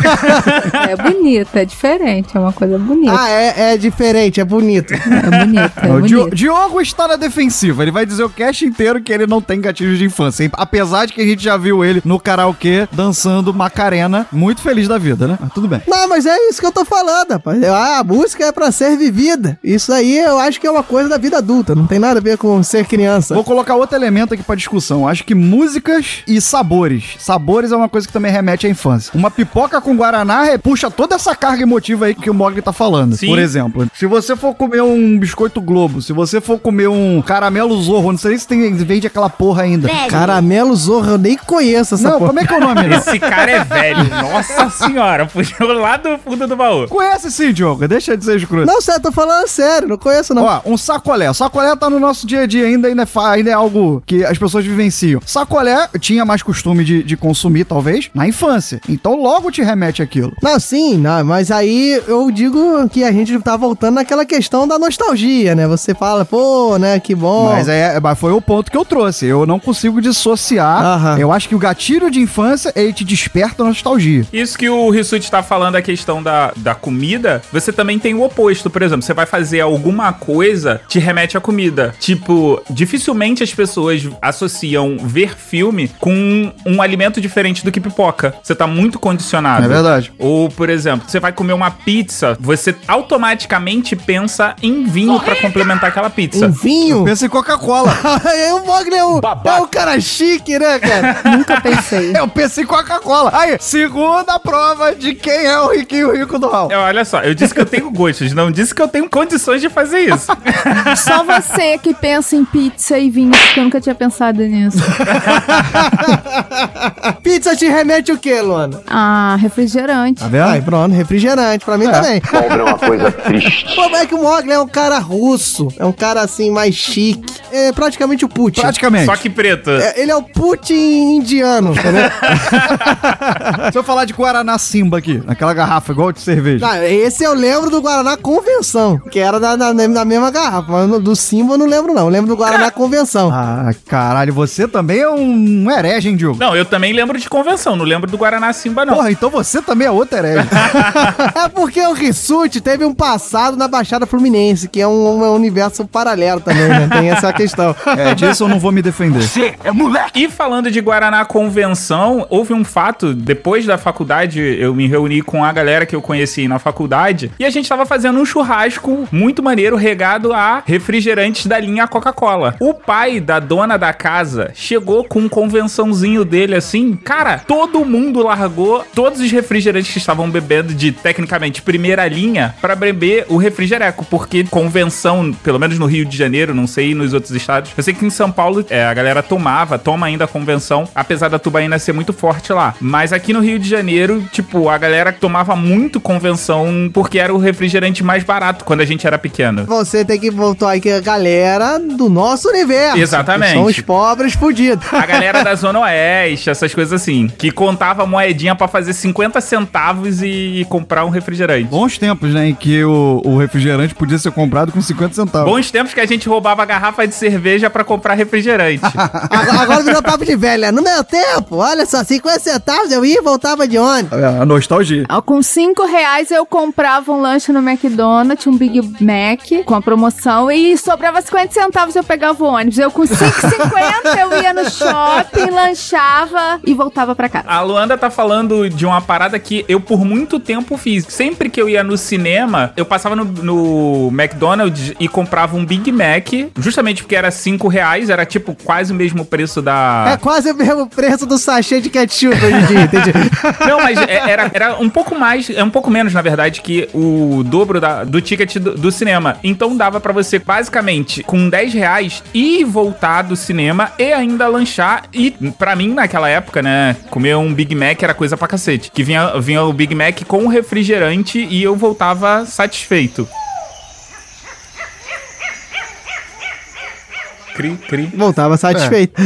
É bonito, é diferente, é uma coisa bonita. É diferente, é bonito. É bonito, é bonito. Diogo está na defensiva. Ele vai dizer o cast inteiro que ele não tem gatilhos de infância, hein? Apesar de que a gente já viu ele no karaokê dançando Macarena, muito feliz da vida, né? Mas tudo bem. Não, mas é isso que eu tô falando, rapaz. A música é pra ser vivida. Isso aí eu acho que é uma coisa da vida adulta. Não tem nada a ver com ser criança. Vou colocar outro elemento aqui pra discussão. Acho que músicas e sabores. Sabores é uma coisa que também remete à infância. Uma pipoca com guaraná puxa toda essa carga emotiva aí que o Mogli tá falando. Sim. Por exemplo, se você for comer um biscoito Globo, se você for comer um caramelo Zorro, não sei se vende aquela porra ainda. Caramelo Zorro, eu nem conheço essa porra. Não, como é que é o nome? Esse cara é velho. Nossa senhora, puxou lá do fundo do baú. Conhece sim, Diogo. Deixa de ser escroto. Não, sério, tô falando sério. Não conheço, não. Ó, um sacolé. Sacolé tá no nosso dia a dia ainda é algo que as pessoas vivenciam. Sacolé tinha mais costume de consumir, talvez, na infância. Então logo te remete àquilo. Não, sim, não, mas aí eu digo que a gente tá voltando naquela questão da nostalgia, né? Você fala, pô, né, que bom. Mas foi o ponto que eu trouxe. Eu não consigo dissociar. Eu acho que o gatilho de infância, ele te desperta a nostalgia. Isso que o Rissuti tá falando, a questão da comida, você também tem o oposto. Por exemplo, você vai fazer alguma coisa, te remete à comida. Tipo, dificilmente as pessoas associam ver filme com um alimento diferente do que pipoca. Você tá muito condicionado. É verdade. Ou, por exemplo, você vai comer uma pizza, você automaticamente pensa em vinho pra complementar aquela pizza. Um vinho? Eu penso em Coca-Cola. O Mogli é um cara chique, né, cara? Nunca pensei. Eu pensei em Coca-Cola. Aí, segunda prova de quem é o riquinho rico único do Raul. Olha só, eu disse que eu tenho gostos, não disse que eu tenho condições de fazer isso. Só você que pensa em pizza e vinho, porque eu nunca tinha pensado nisso. Pizza te remete o quê, Luana? Ah, refrigerante. Tá vendo? Ai, pronto, refrigerante, pra mim também. Pobre é uma coisa triste. Pô, é que o Mogli é um cara russo, é um cara assim, mais chique. É praticamente o Putin. Praticamente. Só que preto. Ele é o Putin indiano, entendeu? Se eu falar de Guaraná Simba aqui, naquela garrafa, igual de cerveja. Não, esse eu lembro do Guaraná Convenção, que era na mesma garrafa, mas do Simba eu não lembro não, eu lembro do Guaraná Convenção. Ah, caralho, você também é um herege, hein, Diogo? Não, eu também lembro de convenção, não lembro do Guaraná Simba, não. Porra, então você também é outro herege. É porque o Rissuti teve um passado na Baixada Fluminense, que é um universo paralelo também, né? Tem essa questão. É, disso eu não vou me defender. Você é moleque. E falando de Guaraná Convenção, houve um fato, depois da faculdade, eu me reuni com a galera que eu conheci na faculdade, e a gente tava fazendo um churrasco muito maneiro, regado a refrigerantes da linha Coca-Cola. O pai da dona da casa chegou com um convençãozinho dele assim, cara, todo mundo largou todos os refrigerantes que estavam bebendo de, tecnicamente, primeira linha pra beber o refrigereco, porque convenção, pelo menos no Rio de Janeiro, não sei nos outros estados, eu sei que em São Paulo a galera toma ainda a convenção, apesar da tubaína ser muito forte lá, mas aqui no Rio de Janeiro, tipo, a galera tomava muito convenção porque era o refrigerante mais barato quando a gente era pequeno. Você tem que voltar aqui a galera do nosso universo. Exatamente. São os pobres fudidos. A galera da Zona Oeste, essas coisas assim, que contava moedinha pra fazer 50 centavos e comprar um refrigerante. Bons tempos, né, em que o refrigerante podia ser comprado com 50 centavos. Bons tempos que a gente roubava garrafa de cerveja pra comprar refrigerante. Agora virou papo de velha. No meu tempo, olha só, 50 centavos eu ia e voltava de ônibus. A nostalgia. Com R$5 eu comprava um lanche no McDonald's, um Big Mac, com a promoção, e sobrava 50 centavos eu pegava o ônibus. Eu com R$5,50 eu ia no shopping, lanchava e voltava pra casa. A Luanda tá falando de uma parada que eu por muito tempo fiz. Sempre que eu ia no cinema, eu passava no McDonald's e comprava um Big Mac, justamente porque era R$5, era tipo quase o mesmo preço da... É quase o mesmo preço do sachê de ketchup hoje em dia, entendi. Não, mas era um pouco mais, um pouco menos, na verdade, que o dobro do ticket do cinema. Então dava pra você, basicamente, com R$10 ir e voltar do cinema e ainda lanchar. E pra mim, naquela época, né, comer um Big Mac era coisa pra cacete. Que vinha o Big Mac com o refrigerante e eu voltava satisfeito. Voltava satisfeito.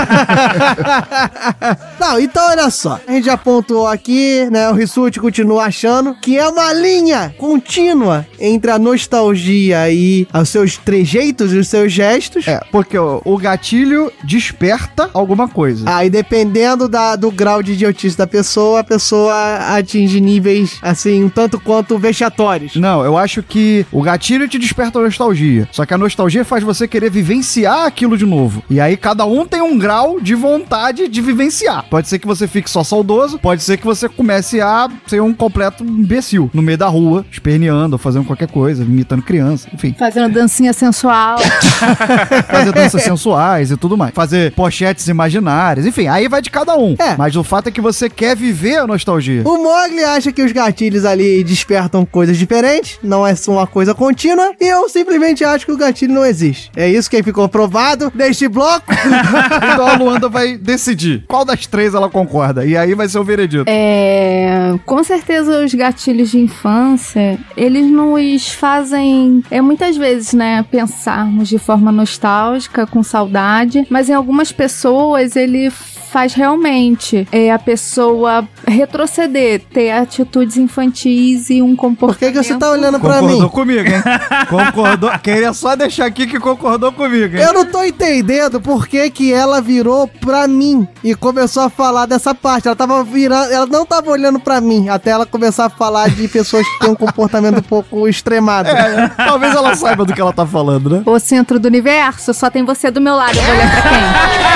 Não, então olha só. A gente já pontuou aqui, né? O Rissuti continua achando que é uma linha contínua entre a nostalgia e os seus trejeitos e os seus gestos. É, porque o gatilho desperta alguma coisa. Aí, dependendo do grau de idiotice da pessoa, a pessoa atinge níveis, assim, um tanto quanto vexatórios. Não, eu acho que o gatilho te desperta a nostalgia. Só que a nostalgia faz você querer vivenciar aquilo de novo. E aí cada um tem um grau de vontade de vivenciar. Pode ser que você fique só saudoso, pode ser que você comece a ser um completo imbecil no meio da rua, esperneando, ou fazendo qualquer coisa, imitando criança, enfim. Fazendo dancinha sensual. Fazer danças sensuais e tudo mais. Fazer pochetes imaginárias, enfim, aí vai de cada um. É. Mas o fato é que você quer viver a nostalgia. O Mogli acha que os gatilhos ali despertam coisas diferentes, não é só uma coisa contínua, e eu simplesmente acho que o gatilho não existe. É isso que ficou provado neste bloco. Então a Luanda vai decidir qual das três ela concorda, e aí vai ser o veredito. Com certeza os gatilhos de infância, eles nos fazem, muitas vezes, né, pensarmos de forma nostálgica, com saudade, mas em algumas pessoas ele faz realmente a pessoa retroceder, ter atitudes infantis e um comportamento... Por que você tá olhando pra mim? Concordou comigo, hein? Concordou. Queria só deixar aqui que concordou comigo, hein? Eu não tô entendendo por que ela virou pra mim e começou a falar dessa parte. Ela tava virando, ela não tava olhando pra mim, até ela começar a falar de pessoas que têm um comportamento um pouco extremado. Talvez ela saiba do que ela tá falando, né? O centro do universo, só tem você do meu lado, eu vou olhar pra quem?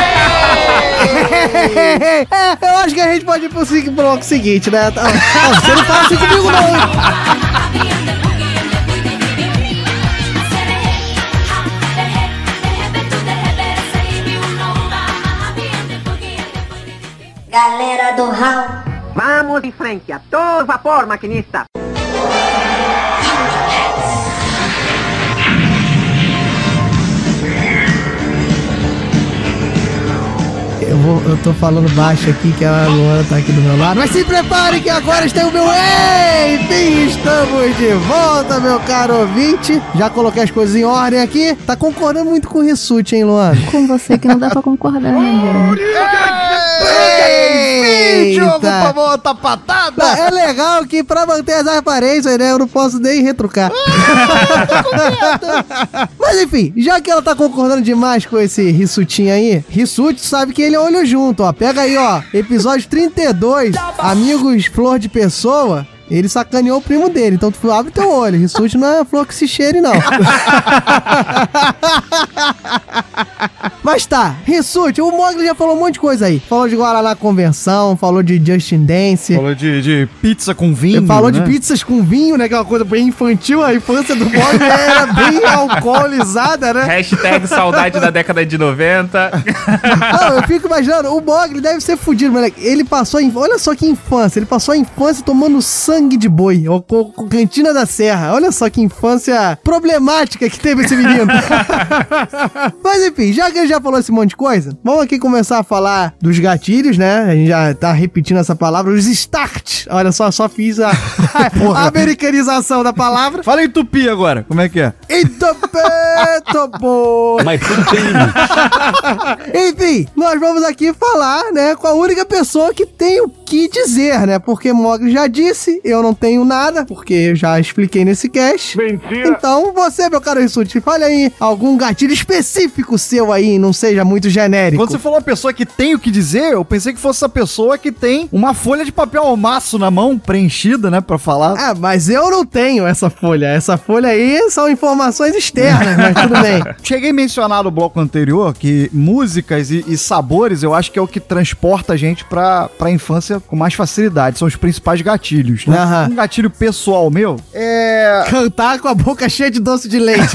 Eu acho que a gente pode ir pro bloco seguinte, né? Você não fala assim comigo, não. Galera do Raul. Vamos em frente, a todo vapor, maquinista. Eu tô falando baixo aqui, que a Luana tá aqui do meu lado. Mas se prepare que agora está o meu... Enfim, estamos de volta, meu caro ouvinte. Já coloquei as coisas em ordem aqui. Tá concordando muito com o Rissuti, hein, Luana? Com você que não dá pra concordar, né, gente? Vídeo, por favor, tá patada. É legal que pra manter as aparências, né, eu não posso nem retrucar. Mas enfim, já que ela tá concordando demais com esse Rissutinho aí, Rissuti sabe que ele é olho junto, ó. Pega aí, ó, episódio 32, Amigos Flor de Pessoa. Ele sacaneou o primo dele, então tu abre teu olho. Rissuti não é flor que se cheire, não. Mas tá, Rissuti, o Mogli já falou um monte de coisa aí. Falou de Guaraná Convenção, falou de Justin Dance. Falou de pizza com vinho. Ele falou, né, de pizzas com vinho, né? Que é uma coisa bem infantil. A infância do Mogli era bem alcoolizada, né? Hashtag saudade da década de 90. Não, eu fico imaginando, o Mogli deve ser fudido, moleque. Ele passou, olha só que infância. Ele passou a infância tomando sangue de boi, ou com Cantina da Serra. Olha só que infância problemática que teve esse menino. Mas enfim, já que ele já falou esse monte de coisa, vamos aqui começar a falar dos gatilhos, né? A gente já tá repetindo essa palavra, os start. Olha só fiz a americanização da palavra. Fala em tupi agora, como é que é? Mas tudo tem. Enfim, nós vamos aqui falar, né, com a única pessoa que tem o que dizer, né? Porque Mogli já disse, eu não tenho nada, porque eu já expliquei nesse cast. Mentira! Então, você, meu caro Rissuti, fale aí algum gatilho específico seu aí, não seja muito genérico. Quando você falou uma pessoa que tem o que dizer, eu pensei que fosse essa pessoa que tem uma folha de papel almaço na mão, preenchida, né, pra falar. Ah, mas eu não tenho essa folha. Essa folha aí são informações externas, mas tudo bem. Cheguei a mencionar no bloco anterior que músicas e sabores eu acho que é o que transporta a gente pra infância com mais facilidade. São os principais gatilhos, né? Aham. Um gatilho pessoal meu é... Cantar com a boca cheia de doce de leite.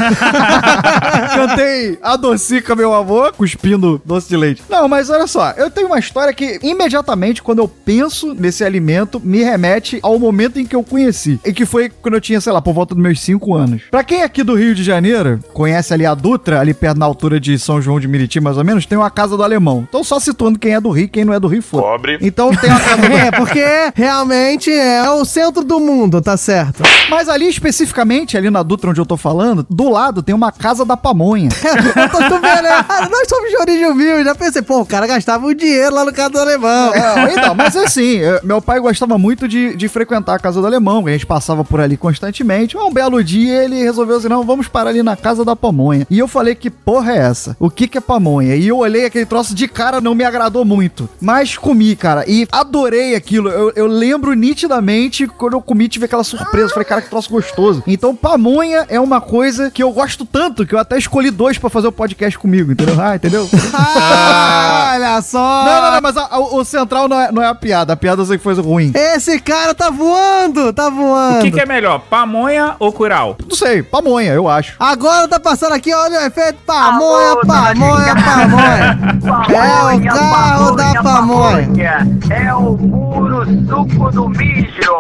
Cantei Adocica, meu avô, cuspindo doce de leite. Não, mas olha só, eu tenho uma história que imediatamente quando eu penso nesse alimento, me remete ao momento em que eu conheci. E que foi quando eu tinha, sei lá, por volta dos meus 5 anos. Pra quem é aqui do Rio de Janeiro, conhece ali a Dutra, ali perto na altura de São João de Meriti, mais ou menos, tem uma Casa do Alemão. Então só situando quem é do Rio, quem não é do Rio, foda. Pobre. Então tem uma Casa do É, porque realmente é o centro do mundo, tá certo? Mas ali especificamente, ali na Dutra onde eu tô falando, do lado tem uma Casa da Pamonha. Eu tô vendo, né? Nós somos de origem humilde, já pensei, pô, o cara gastava o dinheiro lá no Casa do Alemão. Então, mas assim, meu pai gostava muito de frequentar a Casa do Alemão, a gente passava por ali constantemente. Um belo dia ele resolveu assim, não, vamos parar ali na Casa da Pamonha. E eu falei, que porra é essa? O que é pamonha? E eu olhei aquele troço de cara, não me agradou muito. Mas comi, cara, e adorei aquilo. Eu lembro nitidamente, quando eu comi, tive aquela surpresa. Falei, cara, que troço gostoso. Então, pamonha é uma coisa que eu gosto tanto, que eu até escolhi 2 pra fazer o podcast comigo, entendeu? Entendeu? Olha só! Não, mas o central não é a piada. A piada eu sei que foi ruim. Esse cara tá voando, tá voando. O que é melhor, pamonha ou curau? Não sei, pamonha, eu acho. Agora tá passando aqui, olha o efeito pamonha, pamonha, pamonha. É o carro da pamonha. É o puro suco do mijo.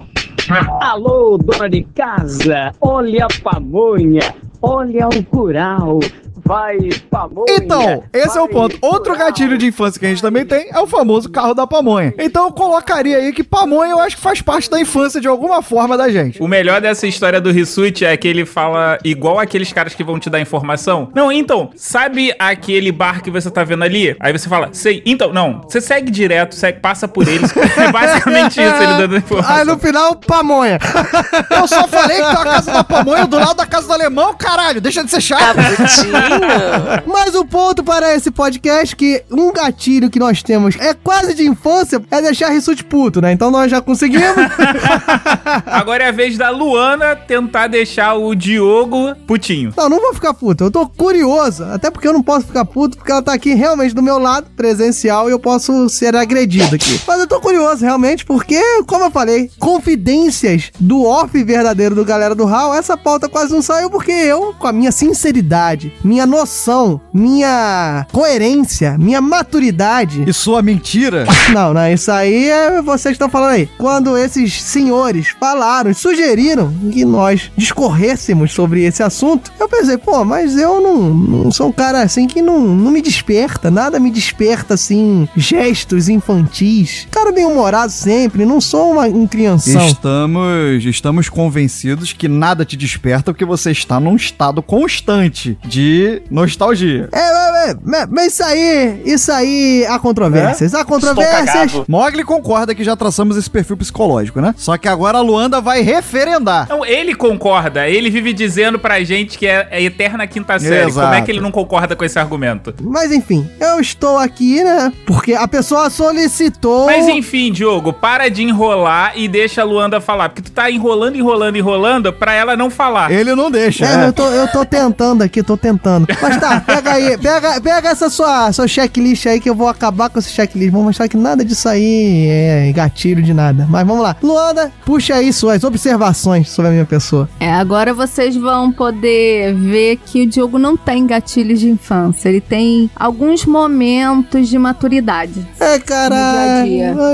Alô, dona de casa, olha a pamonha, olha o curau. Vai, pamonha. Então, esse é o ponto. Outro gatilho de infância que a gente também tem é o famoso carro da pamonha. Então eu colocaria aí que pamonha eu acho que faz parte da infância de alguma forma da gente. O melhor dessa história do Rissuti é que ele fala igual aqueles caras que vão te dar informação. Não, então, sabe aquele bar que você tá vendo ali? Aí você fala, sei. Então, não, você segue direto, passa por eles. É basicamente isso, ele dando informação. Aí no final, pamonha. Eu só falei que tem uma Casa da Pamonha do lado da Casa do Alemão, caralho. Deixa de ser chato. Mas o ponto para esse podcast é que um gatilho que nós temos é quase de infância, é deixar Rissuti puto, né? Então nós já conseguimos. Agora é a vez da Luana tentar deixar o Diogo putinho. Não vou ficar puto. Eu tô curioso, até porque eu não posso ficar puto, porque ela tá aqui realmente do meu lado, presencial, e eu posso ser agredido aqui. Mas eu tô curioso realmente, porque, como eu falei, confidências do off verdadeiro do Galera do Hall, essa pauta quase não saiu, porque eu, com a minha sinceridade, minha minha noção, minha coerência, minha maturidade. E sua mentira? Não, isso aí é vocês estão falando aí. Quando esses senhores falaram, sugeriram que nós discorrêssemos sobre esse assunto, eu pensei, pô, mas eu não sou um cara assim que não me desperta, nada me desperta assim, gestos infantis. Cara bem humorado sempre, não sou um crianção. Estamos convencidos que nada te desperta porque você está num estado constante de nostalgia. Mas isso aí há controvérsias. Há controvérsias. Mogli concorda que já traçamos esse perfil psicológico, né? Só que agora a Luanda vai referendar. Não, ele concorda. Ele vive dizendo pra gente que é eterna quinta série. Exato. Como é que ele não concorda com esse argumento? Mas enfim, eu estou aqui, né? Porque a pessoa solicitou... Mas enfim, Diogo, para de enrolar e deixa a Luanda falar. Porque tu tá enrolando pra ela não falar. Ele não deixa. Eu tô tentando aqui, Mas tá, pega aí, pega essa sua checklist aí que eu vou acabar com esse checklist. Vou mostrar que nada disso aí é gatilho de nada. Mas vamos lá. Luanda, puxa aí suas observações sobre a minha pessoa. Agora vocês vão poder ver que o Diogo não tem gatilhos de infância. Ele tem alguns momentos de maturidade. Caralho.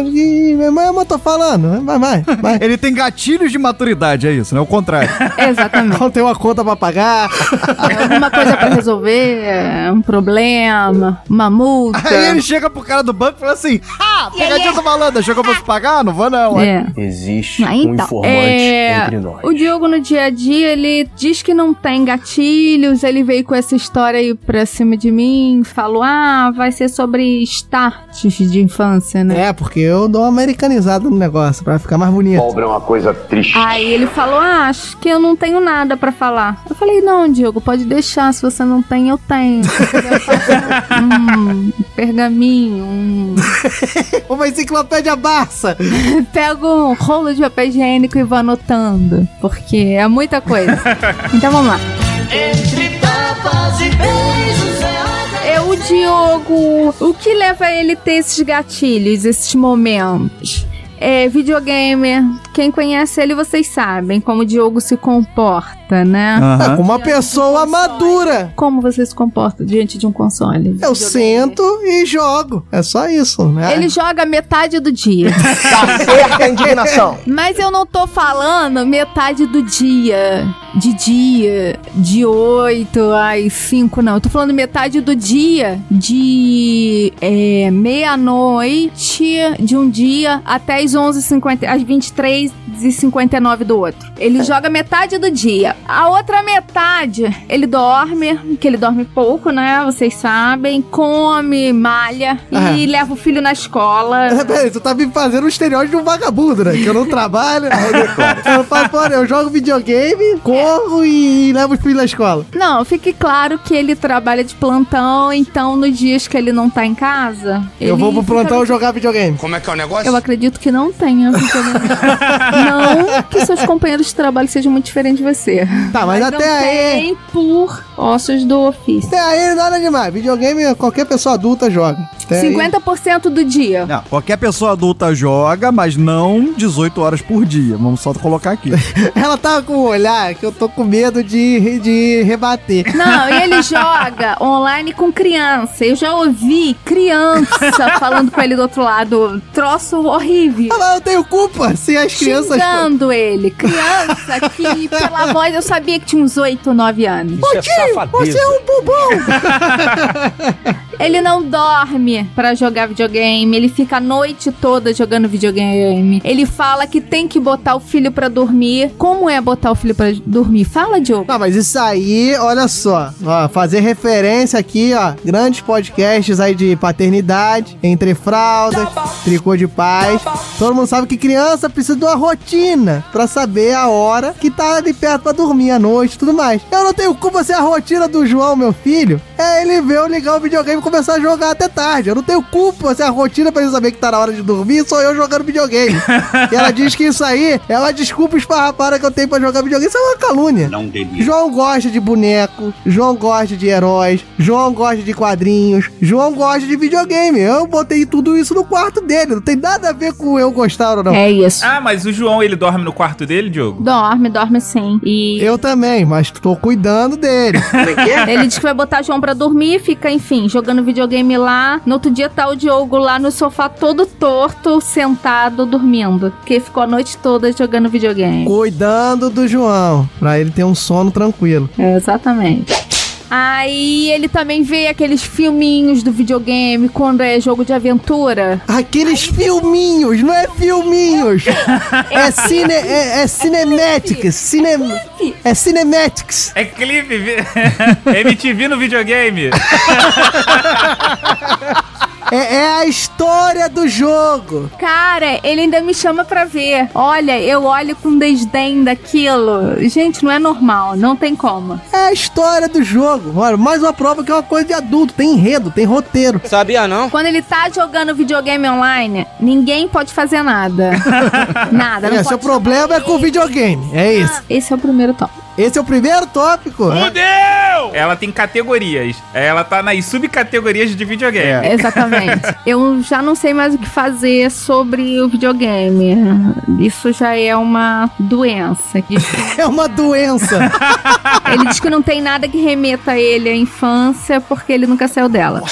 Mas eu tô falando. Vai. Ele tem gatilhos de maturidade, é isso, né? O contrário. Exatamente. Não tem uma conta pra pagar. Alguma coisa pra resolver, um problema, uma multa. Aí ele chega pro cara do banco e fala assim, pegadinha do malandro, achou que eu fosse pagar? Não vou não. Existe um informante entre nós. O Diogo no dia a dia, ele diz que não tem gatilhos, ele veio com essa história aí pra cima de mim, falou, vai ser sobre starts de infância, né? Porque eu dou uma americanizada no negócio, pra ficar mais bonito. Pobre é uma coisa triste. Aí ele falou, acho que eu não tenho nada pra falar. Eu falei, não, Diogo, pode deixar, se você não tem, eu tenho. Eu faço pergaminho, uma enciclopédia Barça. Pego um rolo de papel higiênico e vou anotando, porque é muita coisa. Então vamos lá. Entre tapas e beijos o Diogo, o que leva ele a ter esses gatilhos, esses momentos? Videogame. Quem conhece ele, vocês sabem como o Diogo se comporta, né? Como uma pessoa madura. Como você se comporta diante de um console? Eu sento e jogo. É só isso, né? Ele joga metade do dia. Tá certa a indignação. Mas eu não tô falando metade do dia. De 8 às 5, não. Eu tô falando metade do dia de meia-noite de um dia até às 11h50, às 23h59 do outro. Ele joga metade do dia. A outra metade, ele dorme, que ele dorme pouco, né? Vocês sabem. Come, malha e leva o filho na escola. Peraí, tu tá me fazendo um estereótipo de um vagabundo, né? Que eu não trabalho. Eu falo, eu jogo videogame, corro e levo os filhos na escola. Não, fique claro que ele trabalha de plantão, então nos dias que ele não tá em casa... Eu vou pro plantão jogar videogame. Como é que é o negócio? Eu acredito que não tenha videogame. Não que seus companheiros de trabalho sejam muito diferentes de você. Tá, mas até aí... Tem por ossos do ofício. Até aí nada demais. Videogame qualquer pessoa adulta joga. 50% do dia. Não, qualquer pessoa adulta joga, mas não 18 horas por dia. Vamos só colocar aqui. Ela tava com um olhar que eu tô com medo de rebater. Não, e ele joga online com criança. Eu já ouvi criança falando com ele do outro lado. Troço horrível. Eu tenho culpa se as crianças... Xingando ele. Criança que, pela voz, eu sabia que tinha uns 8 ou 9 anos. Isso é safadeza. Você é um bobão. Ele não dorme pra jogar videogame. Ele fica a noite toda jogando videogame. Ele fala que tem que botar o filho pra dormir. Como é botar o filho pra dormir? Fala, Diogo. Não, mas isso aí, olha só. Fazer referência aqui, grandes podcasts aí de paternidade, entre fraldas, tricô de paz. Todo mundo sabe que criança precisa de uma rotina pra saber a hora que tá ali perto pra dormir à noite e tudo mais. Eu não tenho culpa se a rotina do João, meu filho, é ele ver eu ligar o videogame com começar a jogar até tarde. Eu não tenho culpa se a rotina pra ele saber que tá na hora de dormir, sou eu jogando videogame. E ela diz que isso aí é uma desculpa esfarrapada que eu tenho pra jogar videogame. Isso é uma calúnia. Não delícia. João gosta de boneco, João gosta de heróis, João gosta de quadrinhos, João gosta de videogame. Eu botei tudo isso no quarto dele. Não tem nada a ver com eu gostar ou não. É isso. Ah, mas o João, ele dorme no quarto dele, Diogo? Dorme sim. E eu também, mas tô cuidando dele. ele diz que vai botar o João pra dormir, fica, enfim, jogando videogame lá. No outro dia tá o Diogo lá no sofá todo torto, sentado, dormindo. Porque ficou a noite toda jogando videogame. Cuidando do João, pra ele ter um sono tranquilo. Exatamente. Aí ele também vê aqueles filminhos do videogame quando é jogo de aventura. Aqueles filminhos, não é filminhos. É cinematics. É cinematics. É clipe. MTV no videogame. É a história do jogo. Cara, ele ainda me chama pra ver. Olha, eu olho com desdém daquilo. Gente, não é normal, não tem como. É a história do jogo. Olha, mais uma prova que é uma coisa de adulto. Tem enredo, tem roteiro. Sabia não? Quando ele tá jogando videogame online, ninguém pode fazer nada. Nada. Não seu problema é com o videogame. É isso. Esse é o primeiro tópico. Esse é o primeiro tópico. Fudeu! Ela tem categorias. Ela tá nas subcategorias de videogame. Exatamente. Eu já não sei mais o que fazer sobre o videogame. Isso já é uma doença. É uma doença. Ele diz que não tem nada que remeta a ele à infância porque ele nunca saiu dela.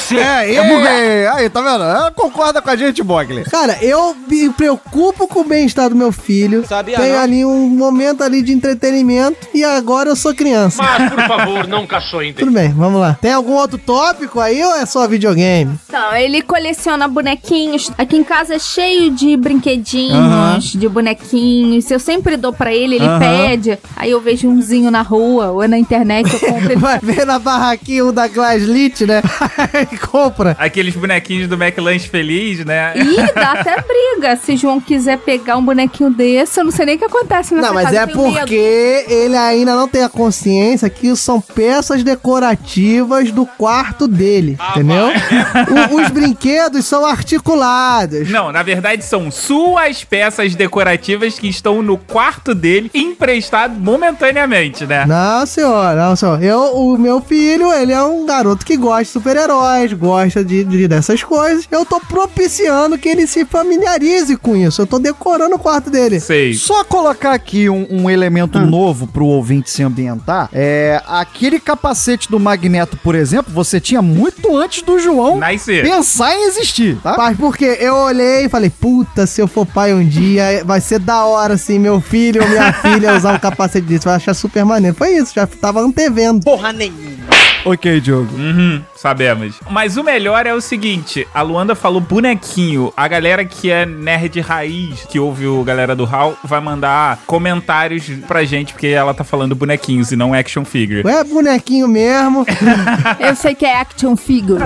Aí, tá vendo? Ela concorda com a gente, Mogli. Cara, eu me preocupo com o bem-estar do meu filho. Sabia Tenho não? ali um momento ali de entretenimento e agora eu sou criança. Mas, por favor, não caçoem. Tudo bem, vamos lá. Tem algum outro tópico aí ou é só videogame? Não, ele coleciona bonequinhos. Aqui em casa é cheio de brinquedinhos, de bonequinhos. Eu sempre dou pra ele, ele pede. Aí eu vejo umzinho na rua ou na internet, eu compro. Vai ver na barraquinha da Glaslit, né? E compra. Aqueles bonequinhos do McLanche Feliz, né? Ih, dá até briga. Se João quiser pegar um bonequinho desse, eu não sei nem o que acontece nessa casa. Não, mas é porque ele ainda não tem a consciência que são peças decorativas do quarto dele, entendeu? Os brinquedos são articulados. Não, na verdade são suas peças decorativas que estão no quarto dele, emprestado momentaneamente, né? Não, senhor, não, senhor. O meu filho, ele é um garoto que gosta de super-heróis, gosta dessas coisas. Eu tô propiciando que ele se familiarize com isso. Eu tô decorando o quarto dele. Sei. Só colocar aqui um elemento novo pro ouvinte se ambientar. Aquele capacete do Magneto, por exemplo, você tinha muito antes do João pensar em existir, tá? Mas porque eu olhei e falei, puta, se eu for pai um dia, vai ser da hora, assim, meu filho ou minha filha usar um capacete disso. Vai achar super maneiro. Foi isso, já tava antevendo. Porra nenhuma. Ok, Diogo. Sabemos. Mas o melhor é o seguinte, a Luanda falou bonequinho. A galera que é nerd raiz, que ouve o galera do HAL, vai mandar comentários pra gente, porque ela tá falando bonequinhos e não action figure. É bonequinho mesmo. Eu sei que é action figure.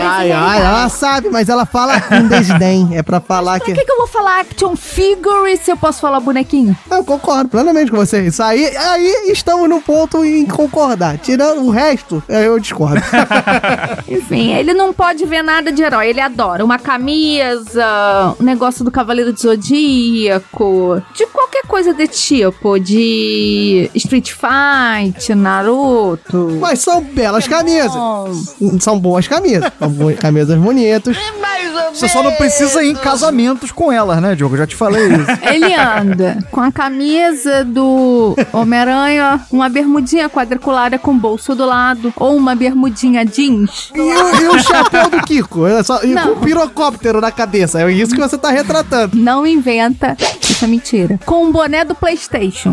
Ela sabe, mas ela fala com desdém. É pra falar que eu vou falar action figure se eu posso falar bonequinho? Eu concordo plenamente com você. Isso aí estamos num ponto em concordar. Tirando o resto, eu discordo. Enfim, ele não pode ver nada de herói. Ele adora uma camisa, um negócio do Cavaleiro do Zodíaco, de qualquer coisa desse tipo, de Street Fight, Naruto. Mas são belas camisas. São boas camisas. São camisas bonitas. Você só não precisa ir em casamentos com elas, né, Diogo? Eu já te falei isso. Ele anda com a camisa do Homem-Aranha, uma bermudinha quadriculada com bolso do lado, ou uma bermudinha jeans. E o chapéu do Kiko, com o pirocóptero na cabeça. É isso que você tá retratando. Não inventa. Isso é mentira. Com um boné do PlayStation.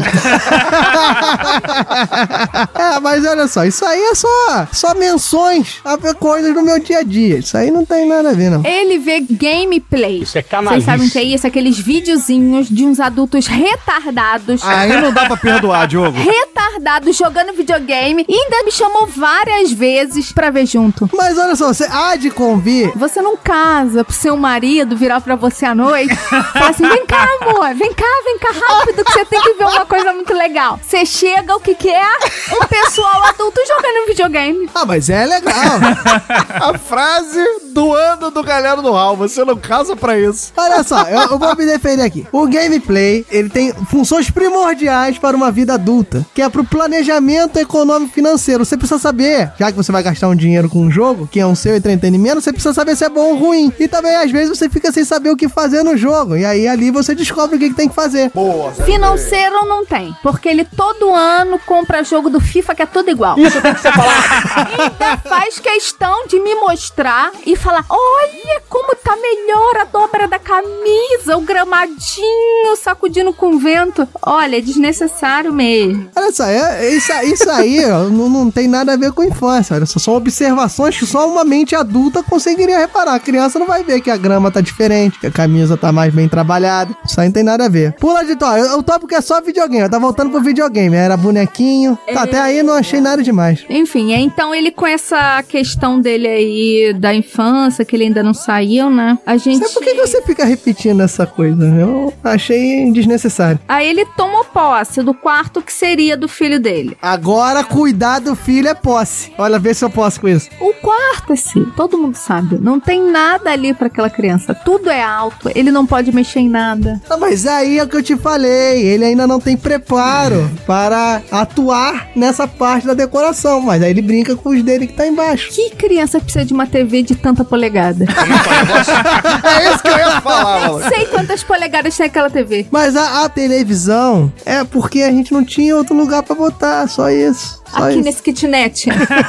Mas olha só, isso aí é só menções a coisas do meu dia a dia. Isso aí não tem nada a ver, não. Ele vê gameplay. Isso é canalice. Vocês sabem o que é isso? Aqueles videozinhos de uns adultos retardados. Aí não dá pra perdoar, Diogo. Retardados jogando videogame. E ainda me chamou várias vezes pra ver junto. Mas olha só, você há de convir. Você não casa pro seu marido virar pra você à noite. Fala assim, vem cá, amor, vem cá rápido, que você tem que ver uma coisa muito legal. Você chega, o que é? Um pessoal adulto jogando videogame. Ah, mas é legal. A frase do ano do Galera do Hall, você não casa pra isso. Olha só, eu vou me defender aqui. O gameplay, ele tem funções primordiais para uma vida adulta, que é pro planejamento econômico financeiro. Você precisa saber, já que você vai gastar um dinheiro com um jogo, que é um seu entretenimento, você precisa saber se é bom ou ruim. E também, às vezes, você fica sem saber o que fazer no jogo. E aí, ali, você descobre o que tem que fazer. Boa. Financeiro não tem, porque ele todo ano compra jogo do FIFA que é tudo igual. Isso tem que ser falado. Ainda faz questão de me mostrar e falar, olha como tá melhor a dobra da camisa, o gramadinho sacudindo com vento. Olha, é desnecessário mesmo. Olha só, isso aí ó, não tem nada a ver com infância. Olha só, são observações que só uma mente adulta conseguiria reparar. A criança não vai ver que a grama tá diferente, que a camisa tá mais bem trabalhada. Isso aí não tem nada a ver. Pula de tópico. O tópico é só videogame. Tá voltando pro videogame. Era bonequinho. Tá, até aí não achei nada demais. Enfim, então ele com essa questão dele aí da infância, que ele ainda não saiu, né? A gente... Sabe por que você fica repetindo essa coisa? Eu achei desnecessário. Aí ele tomou posse do quarto que seria do filho dele. Agora, cuidar do filho é posse. Olha, vê se eu posso com isso. O quarto, assim, todo mundo sabe, não tem nada ali pra aquela criança. Tudo é alto, ele não pode mexer em nada. Ah, mas aí é o que eu te falei. Ele ainda não tem preparo para atuar nessa parte da decoração. Mas aí ele brinca com os dele que tá embaixo. Que criança precisa de uma TV de tanta polegada? É isso que eu ia falar, mano. Sei quantas polegadas tem aquela TV. Mas a televisão é porque a gente não tinha outro lugar pra botar, só isso. Aqui nesse kitnet.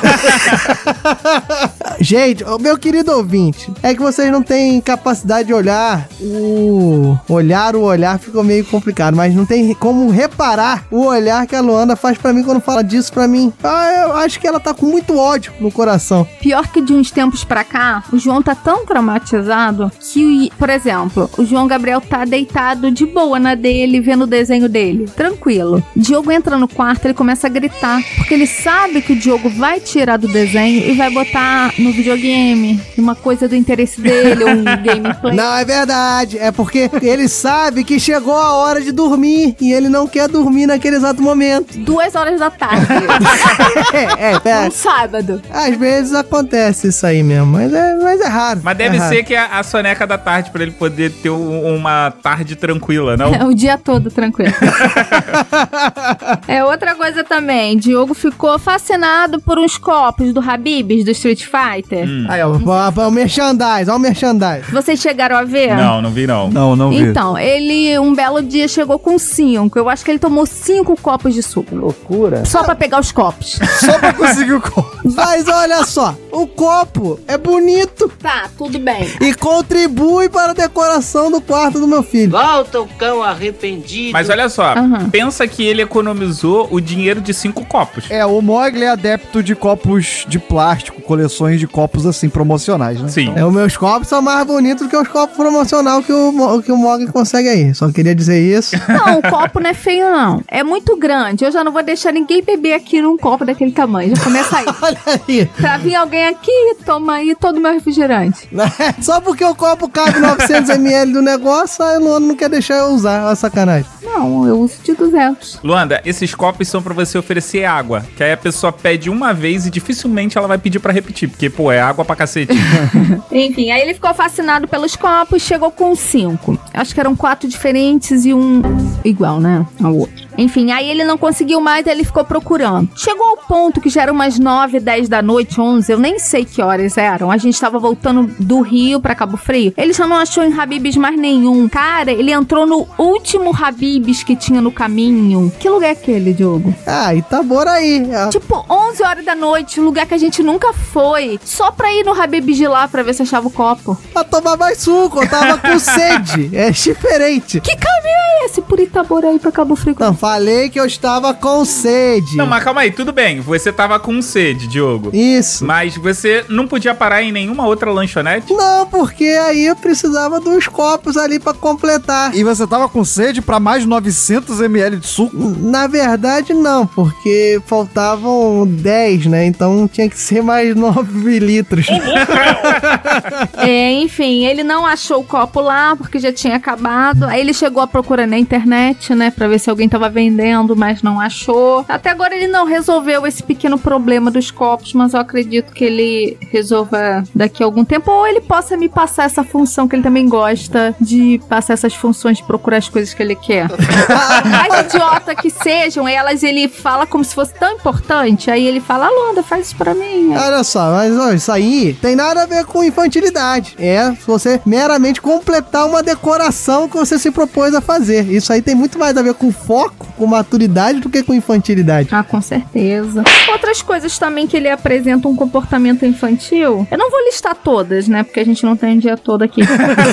Gente, meu querido ouvinte, é que vocês não têm capacidade de olhar. O olhar ficou meio complicado, mas não tem como reparar o olhar que a Luanda faz pra mim quando fala disso pra mim. Eu acho que ela tá com muito ódio no coração. Pior que de uns tempos pra cá, o João tá tão traumatizado que, por exemplo, o João Gabriel tá deitado de boa na dele, vendo o desenho dele, tranquilo. Diogo entra no quarto, ele começa a gritar, porque ele sabe que o Diogo vai tirar do desenho e vai botar no videogame uma coisa do interesse dele, um gameplay. Não, é verdade. É porque ele sabe que chegou a hora de dormir e ele não quer dormir naquele exato momento. 2 horas da tarde. É. Um sábado. Às vezes acontece isso aí mesmo, mas é raro. Mas deve ser que a soneca da tarde pra ele poder ter uma tarde tranquila, não? O dia todo tranquilo. Outra coisa também, Diogo ficou fascinado por uns copos do Habib's, do Street Fighter. Aí, ó, o merchandise. Vocês chegaram a ver? Não vi não. Não vi. Então, ele um belo dia chegou com 5. Eu acho que ele tomou 5 copos de suco. Loucura. Só pra pegar os copos. Só pra conseguir o copo. Mas olha só, o copo é bonito. Tá, tudo bem. E contribui para a decoração do quarto do meu filho. Volta o cão arrependido. Mas olha só, pensa que ele economizou o dinheiro de 5 copos. O Mogli é adepto de copos de plástico, coleções de copos assim, promocionais, né? Sim. Os meus copos são mais bonitos do que os copos promocionais que o Mogli consegue aí. Só queria dizer isso. Não, o copo não é feio, não. É muito grande. Eu já não vou deixar ninguém beber aqui num copo daquele tamanho. Já começa aí. Olha aí. Pra vir alguém aqui, toma aí todo o meu refrigerante. Só porque o copo cabe 900ml do negócio, a Luana não quer deixar eu usar. Olha a sacanagem. Não, eu uso de 200. Luanda, esses copos são pra você oferecer água, que aí a pessoa pede uma vez e dificilmente ela vai pedir pra repetir, porque, é água pra cacete. Enfim, aí ele ficou fascinado pelos copos, chegou com 5. Acho que eram 4 diferentes e um igual, né, ao outro. Enfim, aí ele não conseguiu mais, ele ficou procurando. Chegou ao ponto que já eram umas 9, 10 da noite, 11, eu nem sei que horas eram. A gente tava voltando do Rio pra Cabo Frio. Ele já não achou em Habib's mais nenhum. Cara, ele entrou no último Habib's que tinha no caminho. Que lugar é aquele, Diogo? Itaboraí. Tipo, 11 horas da noite, um lugar que a gente nunca foi. Só pra ir no Habib's de lá pra ver se achava o copo. Pra tomar mais suco, eu tava com sede. É diferente. Que caminho é esse por Itaboraí pra Cabo Frio? Não, falei que eu estava com sede. Não, mas calma aí, tudo bem. Você tava com sede, Diogo. Isso. Mas você não podia parar em nenhuma outra lanchonete? Não, porque aí eu precisava dos copos ali pra completar. E você tava com sede pra mais 900ml de suco? Na verdade, não, porque faltavam 10, né? Então tinha que ser mais 9 litros. Enfim, ele não achou o copo lá, porque já tinha acabado. Aí ele chegou à procura na internet, né, pra ver se alguém tava vendendo, mas não achou. Até agora ele não resolveu esse pequeno problema dos copos, mas eu acredito que ele resolva daqui a algum tempo, ou ele possa me passar essa função, que ele também gosta de passar essas funções de procurar as coisas que ele quer. Mais idiota que sejam elas, ele fala como se fosse tão importante, aí ele fala, Luanda, faz isso pra mim. Olha só, mas ó, isso aí tem nada a ver com infantilidade. É você meramente completar uma decoração que você se propôs a fazer. Isso aí tem muito mais a ver com foco, com maturidade, do que com infantilidade. Ah, com certeza. Outras coisas também que ele apresenta um comportamento infantil, eu não vou listar todas, né, porque a gente não tem um dia todo aqui.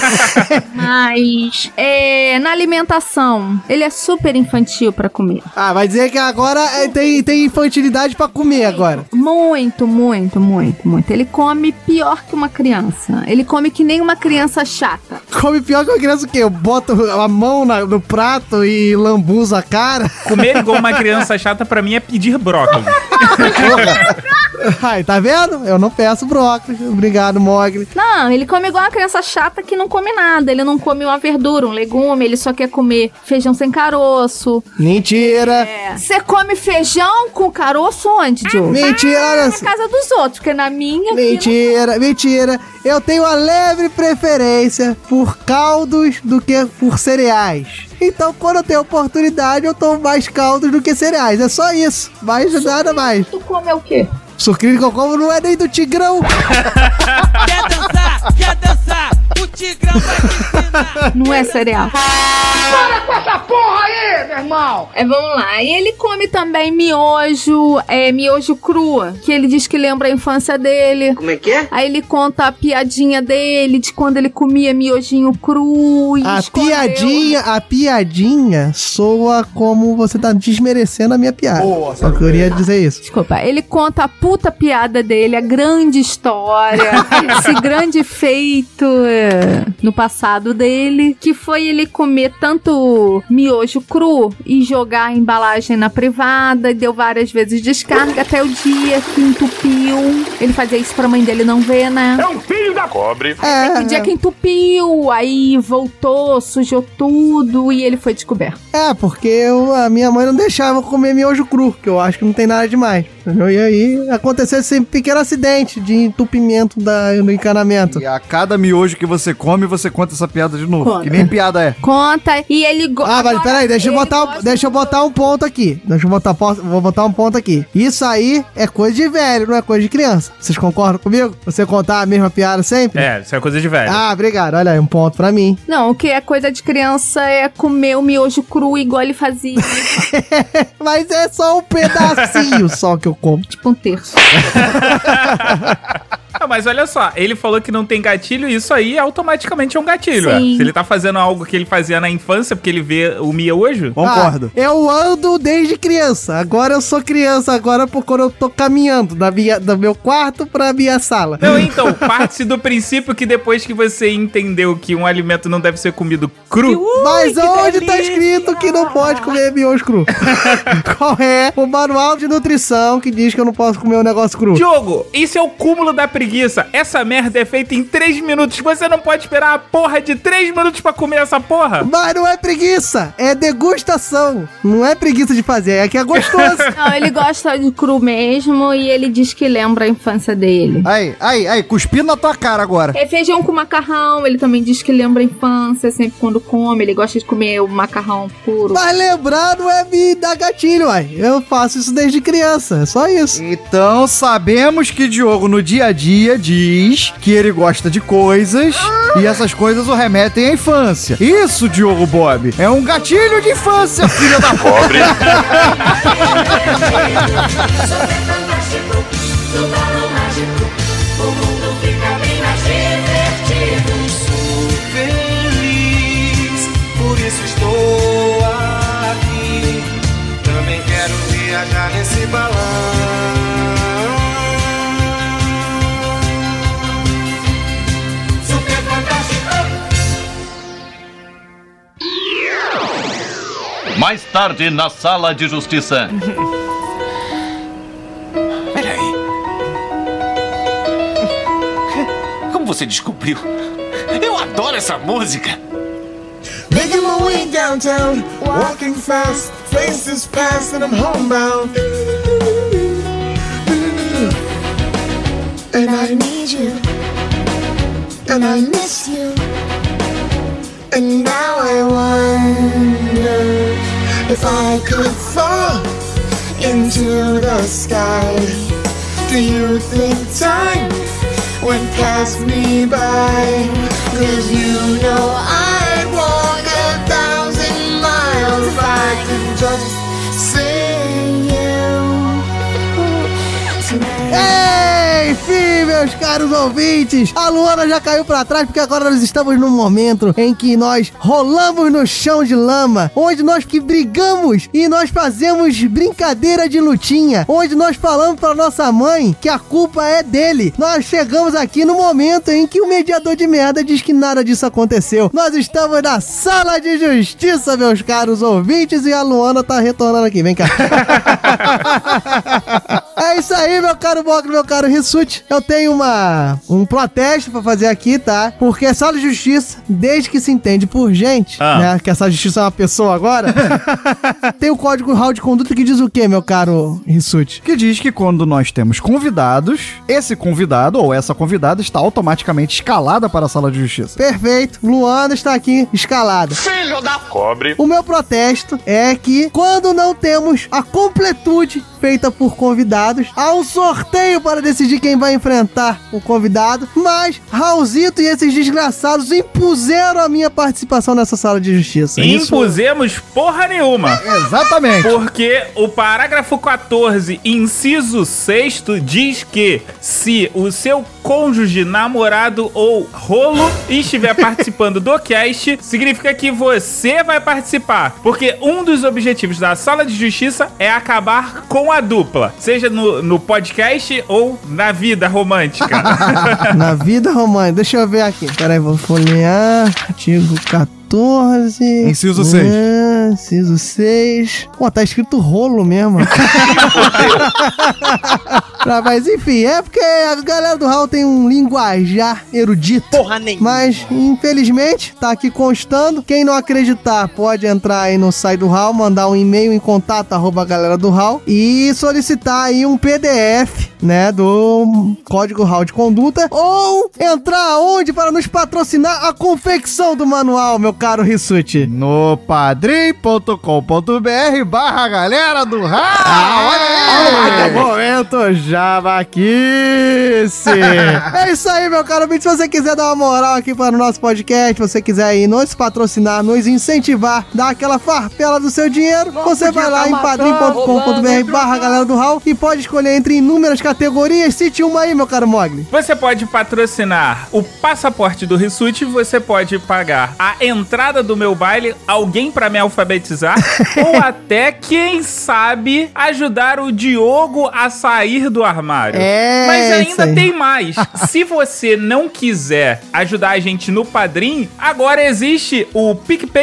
Mas, na alimentação, ele é super infantil pra comer. Ah, vai dizer que agora tem infantilidade pra comer agora. Muito, muito, muito, muito. Ele come pior que uma criança. Ele come que nem uma criança chata. Come pior que uma criança o quê? Eu boto a mão no prato e lambuzo a cara? Comer igual uma criança chata pra mim é pedir brócolis. Ai, tá vendo? Eu não peço brócolis. Obrigado, Mogli. Não, ele come igual uma criança chata que não come nada. Ele não come uma verdura, um legume. Ele só quer comer feijão sem caroço. Mentira. Você come feijão com caroço onde, Diogo? Mentira. Na casa dos outros, porque na minha... Mentira, mentira. Eu tenho a leve preferência por caldos do que por cereais. Então, quando eu tenho oportunidade, eu tomo mais caldos do que cereais. É só isso. Mais nada mais. Tu come o quê? Sucrilho que eu como não é nem do Tigrão. Quer dançar? Quer dançar? O Tigrão vai te ensinar. Não é cereal. Para com essa porra aí, meu irmão! Vamos lá. E ele come também miojo crua, que ele diz que lembra a infância dele. Como é que é? Aí ele conta a piadinha dele, de quando ele comia miojinho cru e A piadinha soa como você tá desmerecendo a minha piada. Boa, só queria dizer isso. Desculpa. Ele conta a puta piada dele, a grande história, esse grande feito no passado dele, que foi ele comer tanto miojo cru e jogar a embalagem na privada, e deu várias vezes descarga, até o dia que entupiu. Ele fazia isso pra mãe dele não ver, né? É um filho da cobre! O dia que entupiu, aí voltou, sujou tudo e ele foi descoberto. Porque a minha mãe não deixava eu comer miojo cru, que eu acho que não tem nada demais. Entendeu? E aí aconteceu esse pequeno acidente de entupimento no encanamento. E a cada miojo que você come, você conta essa piada de novo. Conta. Que nem piada é. Conta, e ele gosta... mas peraí, deixa eu botar um ponto aqui. Vou botar um ponto aqui. Isso aí é coisa de velho, não é coisa de criança. Vocês concordam comigo? Você contar a mesma piada sempre? Isso é coisa de velho. Ah, obrigado. Olha aí, um ponto pra mim. Não, o que é coisa de criança é comer o miojo cru igual ele fazia. Mas é só um pedacinho só que eu como. Tipo um terço. Mas olha só, ele falou que não tem gatilho e isso aí automaticamente é um gatilho. Sim. Se ele tá fazendo algo que ele fazia na infância porque ele vê o miojo... Concordo. Eu ando desde criança. Agora eu sou criança, agora por quando eu tô caminhando do meu quarto pra minha sala. Não, então, parte-se do princípio que depois que você entendeu que um alimento não deve ser comido cru... Mas onde tá escrito que não pode comer miojo cru? Qual é o manual de nutrição que diz que eu não posso comer um negócio cru? Diogo, isso é o cúmulo da preguiça. Essa merda é feita em 3 minutos. Você não pode esperar a porra de 3 minutos pra comer essa porra? Mas não é preguiça, é degustação. Não é preguiça de fazer, é que é gostoso. Não, ele gosta de cru mesmo e ele diz que lembra a infância dele. Aí, cuspindo na tua cara agora. É feijão com macarrão, ele também diz que lembra a infância, sempre quando come, ele gosta de comer o macarrão puro. Mas lembrar não é me dar gatilho, uai. Eu faço isso desde criança, é só isso. Então sabemos que Diogo no dia a dia diz que ele gosta de coisas e essas coisas o remetem à infância. Isso, Diogo Bob, é um gatilho de infância, filha da pobre. O mundo fica bem mais divertido. Sou feliz, por isso estou aqui. Também quero viajar nesse balão. Mais tarde, na sala de justiça. Peraí. Como você descobriu? Eu adoro essa música. Making my way downtown, walking fast, faces past and I'm homebound. And I need you, and I miss you. And now I wonder if I could fall into the sky. Do you think time went past me by? 'Cause you know I'd walk 1,000 miles if I could just see you tonight. Enfim, meus caros ouvintes, a Luana já caiu pra trás porque agora nós estamos num momento em que nós rolamos no chão de lama, onde nós que brigamos e nós fazemos brincadeira de lutinha, onde nós falamos pra nossa mãe que a culpa é dele. Nós chegamos aqui no momento em que o mediador de merda diz que nada disso aconteceu. Nós estamos na sala de justiça, meus caros ouvintes, e a Luana tá retornando aqui, vem cá. É isso aí, meu caro Mogli, meu caro Rissuti. Eu tenho um protesto pra fazer aqui, tá? Porque a sala de justiça, desde que se entende por gente, né? Que a sala de justiça é uma pessoa agora, tem o código RAW de conduta que diz o quê, meu caro Rissuti? Que diz que quando nós temos convidados, esse convidado ou essa convidada está automaticamente escalada para a sala de justiça. Perfeito. Luana está aqui escalada. Filho da cobre. O meu protesto é que quando não temos a completude feita por convidados, há um sorteio para decidir quem vai enfrentar o convidado, mas Raulzito e esses desgraçados impuseram a minha participação nessa sala de justiça. Impusemos porra nenhuma. Exatamente. Porque o parágrafo 14, inciso 6º, diz que se o seu cônjuge, namorado ou rolo estiver participando do cast, significa que você vai participar. Porque um dos objetivos da sala de justiça é acabar com a dupla, seja no podcast ou na vida romântica. Na vida romântica. Deixa eu ver aqui. Peraí, vou folhear. Artigo 14. Inciso 6. Inciso 6. Pô, tá escrito rolo mesmo. Mas enfim, é porque a galera do Raul tem um linguajar erudito. Porra nenhuma. Mas, infelizmente, tá aqui constando. Quem não acreditar pode entrar aí no site do Raul, mandar um e-mail em contato@galera do Raul e solicitar aí um PDF, né, do código RAW de conduta, ou entrar onde para nos patrocinar a confecção do manual, meu caro Rissuti? No padrim.com.br/galera do Raul. Olha aí! Momento Jabaquice! É isso aí, meu caro amigo. Se você quiser dar uma moral aqui para o nosso podcast, se você quiser aí nos patrocinar, nos incentivar, dar aquela farpela do seu dinheiro, você vai lá em padrim.com.br/galera do Raul e pode escolher entre inúmeras categorias. Cite uma aí, meu caro Mogli. Você pode patrocinar o passaporte do Rissuti, você pode pagar a entrada do meu baile, alguém pra me alfabetizar, ou até, quem sabe, ajudar o Diogo a sair do armário. Mas ainda tem mais. Se você não quiser ajudar a gente no Padrim, agora existe o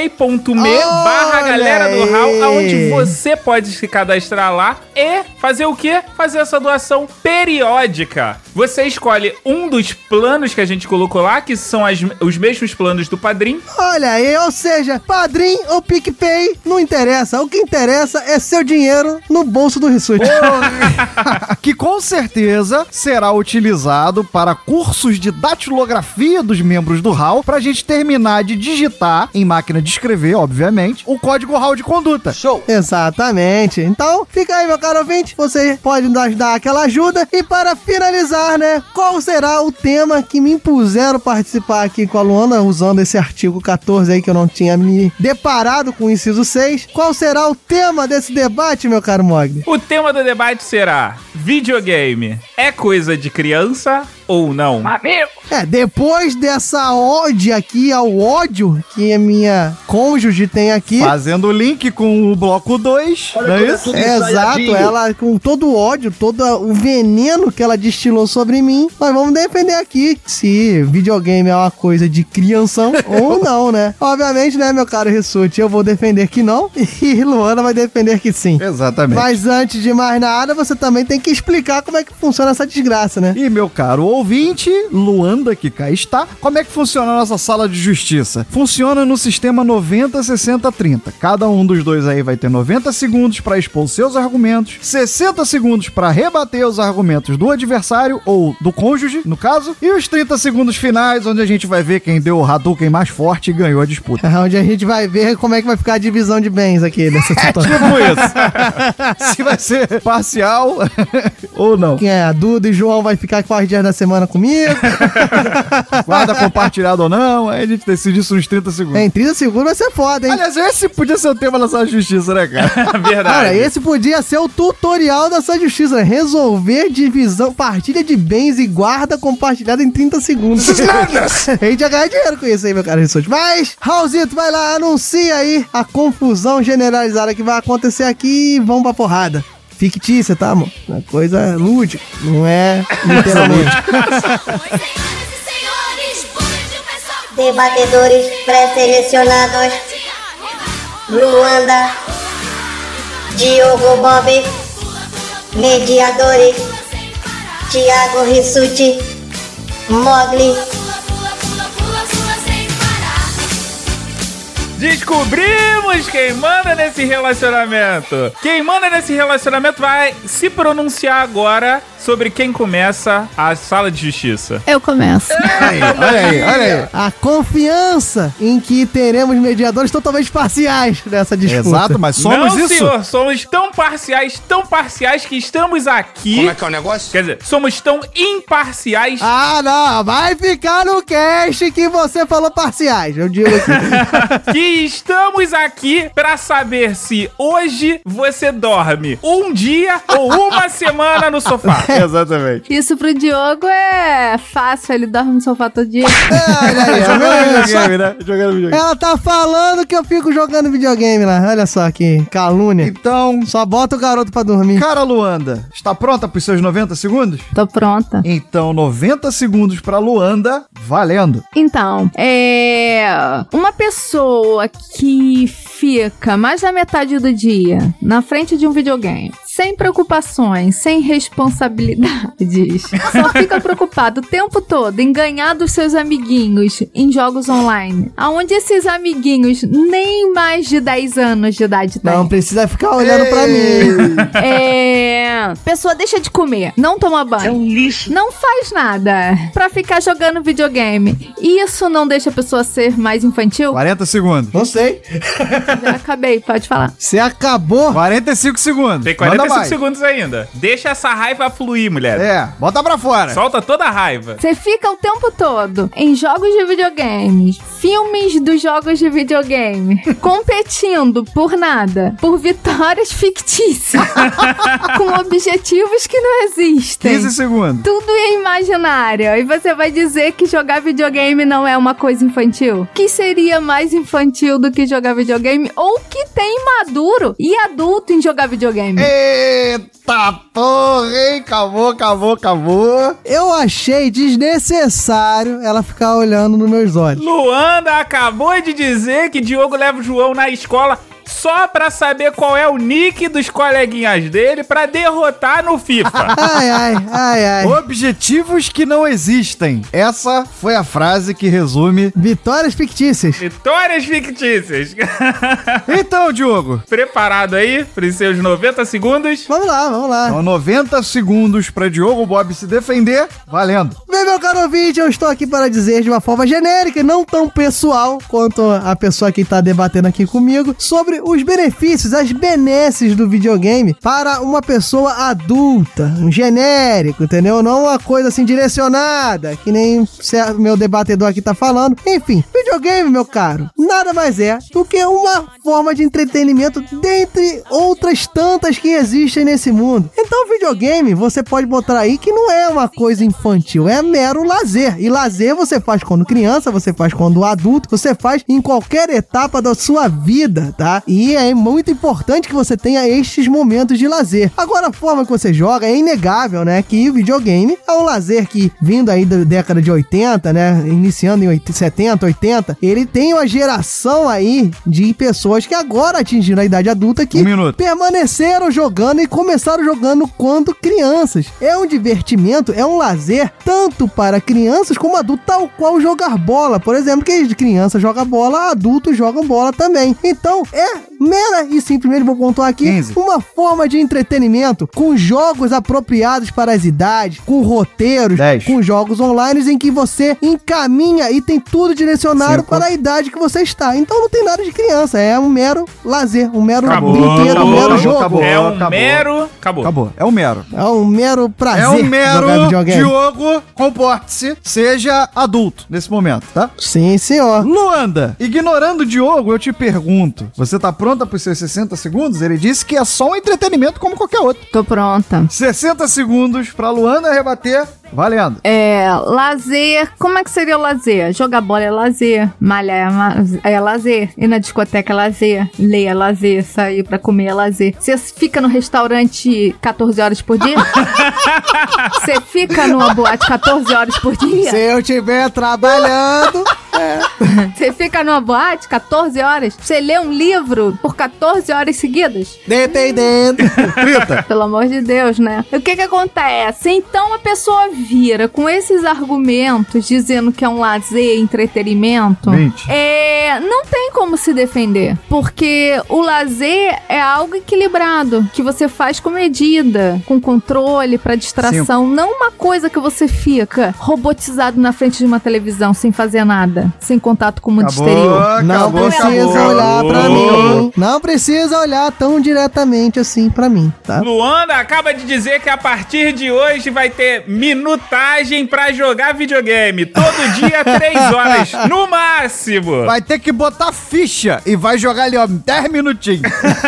picpay.me/galera do Raul, onde você pode se cadastrar lá e fazer o quê? Fazer essa doação periódica. Você escolhe um dos planos que a gente colocou lá, que são os mesmos planos do Padrim. Olha aí, ou seja, Padrim ou PicPay, não interessa. O que interessa é seu dinheiro no bolso do Rissuti. Que com certeza será utilizado para cursos de datilografia dos membros do RAW, pra gente terminar de digitar, em máquina de escrever, obviamente, o código RAW de conduta. Show! Exatamente. Então, fica aí, meu caro ouvinte, você pode nos dar aquela ajuda. E para finalizar, né, qual será o tema que me impuseram participar aqui com a Luana, usando esse artigo 14 aí que eu não tinha me deparado com o inciso 6. Qual será o tema desse debate, meu caro Mogli? O tema do debate será: videogame é coisa de criança ou não? Mamilo! Depois dessa ode aqui ao ódio que a minha cônjuge tem aqui, fazendo o link com o bloco 2, não é isso? Exato, ela com todo o ódio, todo o veneno que ela destilou sobre mim, nós vamos defender aqui se videogame é uma coisa de crianção ou não, né? Obviamente, né, meu caro Rissuti, eu vou defender que não e Luana vai defender que sim. Exatamente. Mas antes de mais nada, você também tem que explicar como é que funciona essa desgraça, né? E, meu caro ouvinte, Luanda, que cá está. Como é que funciona a nossa sala de justiça? Funciona no sistema 90, 60, 30. Cada um dos dois aí vai ter 90 segundos para expor seus argumentos, 60 segundos para rebater os argumentos do adversário, ou do cônjuge, no caso, e os 30 segundos finais, onde a gente vai ver quem deu o Hadouken mais forte e ganhou a disputa. É onde a gente vai ver como é que vai ficar a divisão de bens aqui nessa situação. Tipo isso. Se vai ser parcial ou não. Quem é? A Duda e João vai ficar quais dias da semana comigo? Guarda compartilhado ou não, aí a gente decide isso nos 30 segundos. Em 30 segundos vai ser foda, hein? Aliás, esse podia ser o tema da sala de justiça, né, cara? Verdade. Cara, esse podia ser o tutorial da sala de justiça, né? Resolver divisão, partilha de bens e guarda compartilhada em 30 segundos. A gente ia ganhar dinheiro com isso aí, meu cara. Mas, Raulzito, vai lá, anuncia aí a confusão generalizada que vai acontecer aqui e vamos pra porrada. Fictícia, tá, amor? Uma coisa lúdica, não é literalmente. Debatedores pré-selecionados: Luanda, Diogo Bob. Mediadores: Thiago Rissuti, Mogli. Descobrimos quem manda nesse relacionamento. Quem manda nesse relacionamento vai se pronunciar agora sobre quem começa a sala de justiça. Eu começo. Olha aí. A confiança em que teremos mediadores totalmente parciais nessa disputa. Exato, mas somos não, isso? Senhor, somos tão parciais que estamos aqui. Como é que é o negócio? Quer dizer, somos tão imparciais. Ah, não, vai ficar no cast que você falou parciais, eu digo aqui. Que estamos aqui pra saber se hoje você dorme um dia ou uma semana no sofá. Exatamente. Isso pro Diogo é fácil, ele dorme no sofá todo dia. Olha aí, Jogando videogame, né? Jogando videogame. ela tá falando que eu fico jogando videogame lá. Olha só que calúnia. Então, Só bota o garoto pra dormir. cara Luanda, está pronta pros seus 90 segundos? Tô pronta. Então, 90 segundos pra Luanda, valendo. Então, uma pessoa que fica mais da metade do dia na frente de um videogame, sem preocupações, sem responsabilidades, só fica preocupado o tempo todo em ganhar dos seus amiguinhos em jogos online, aonde esses amiguinhos nem mais de 10 anos de idade têm. Não precisa ficar olhando pra mim. Pessoa deixa de comer, não toma banho. É um lixo. Não faz nada pra ficar jogando videogame. Isso não deixa a pessoa ser mais infantil? 40 segundos. Não sei. Já acabei, pode falar. Você acabou? 45 segundos. Tem 45 segundos ainda. Deixa essa raiva fluir, mulher. Bota pra fora. Solta toda a raiva. Você fica o tempo todo em jogos de videogame, filmes dos jogos de videogame, competindo por nada, por vitórias fictícias, com objetivos que não existem. 15 segundos. Tudo é imaginário. E você vai dizer que jogar videogame não é uma coisa infantil? Que seria mais infantil do que jogar videogame? Ou que tem maduro e adulto em jogar videogame? Eita porra, hein? Acabou. Eu achei desnecessário ela ficar olhando nos meus olhos. Luanda acabou de dizer que Diogo leva o João na escola só pra saber qual é o nick dos coleguinhas dele pra derrotar no FIFA. Ai. Objetivos que não existem. Essa foi a frase que resume Vitórias fictícias. Vitórias fictícias. Então, Diogo, Preparado aí pros seus 90 segundos? Vamos lá. são 90 segundos pra Diogo Bob se defender, valendo. Bem, meu caro ouvinte, eu estou aqui para dizer de uma forma genérica e não tão pessoal quanto a pessoa que está debatendo aqui comigo sobre os benefícios, as benesses do videogame para uma pessoa adulta, um genérico, entendeu? Não uma coisa assim direcionada, que nem o meu debatedor aqui tá falando. Enfim, videogame, meu caro, nada mais é do que uma forma de entretenimento dentre outras tantas que existem nesse mundo. Então, videogame, você pode botar aí que não é uma coisa infantil, é mero lazer. E lazer você faz quando criança, você faz quando adulto, você faz em qualquer etapa da sua vida, tá? E é muito importante que você tenha estes momentos de lazer. Agora, a forma que você joga é inegável, né? Que o videogame é um lazer que, vindo aí da década de 80, né? Iniciando em 70, 80, ele tem uma geração população aí de pessoas que agora atingiram a idade adulta que permaneceram jogando e começaram jogando quando crianças. É um divertimento, é um lazer, tanto para crianças como adultos, tal qual jogar bola. Por exemplo, que criança joga bola, adultos jogam bola também. Então, é mera e simplesmente, vou pontuar aqui, 15. Uma forma de entretenimento com jogos apropriados para as idades, com roteiros, 10. com jogos online em que você encaminha e tem tudo direcionado 5. para a idade que você está. Então não tem nada de criança, é um mero lazer, um mero Acabou. brinquedo, um mero jogo. Acabou. É um Acabou. mero... Acabou. É um mero. É um mero prazer. É um jogar mero videogame. Diogo, comporte-se, seja adulto nesse momento, tá? Sim, senhor. Luanda, ignorando o Diogo, eu te pergunto, você tá pronta pros seus 60 segundos? Ele disse que é só um entretenimento como qualquer outro. Tô pronta. 60 segundos pra Luanda rebater, valendo. Lazer, como é que seria o lazer? Jogar bola é lazer, malhar é lazer, ir na discoteca é lazer, ler é lazer, sair pra comer é lazer. Você fica no restaurante 14 horas por dia? Você fica numa boate 14 horas por dia? Se eu estiver trabalhando... Você fica numa boate 14 horas? Você lê um livro por 14 horas seguidas? Dependendo. Pelo amor de Deus, né? O que acontece? Então a pessoa vira com esses argumentos dizendo que é um lazer, entretenimento. 20. Não tem como se defender. Porque o lazer é algo equilibrado, que você faz com medida, com controle, pra distração. 5. Não uma coisa que você fica robotizado na frente de uma televisão sem fazer nada. Sem contato com o mundo exterior. Não precisa olhar pra mim. Não precisa olhar tão diretamente assim pra mim, tá? Luanda acaba de dizer que a partir de hoje vai ter minutagem pra jogar videogame. Todo dia, 3 horas, no máximo. Vai ter que botar ficha e vai jogar ali, ó, 10 minutinhos.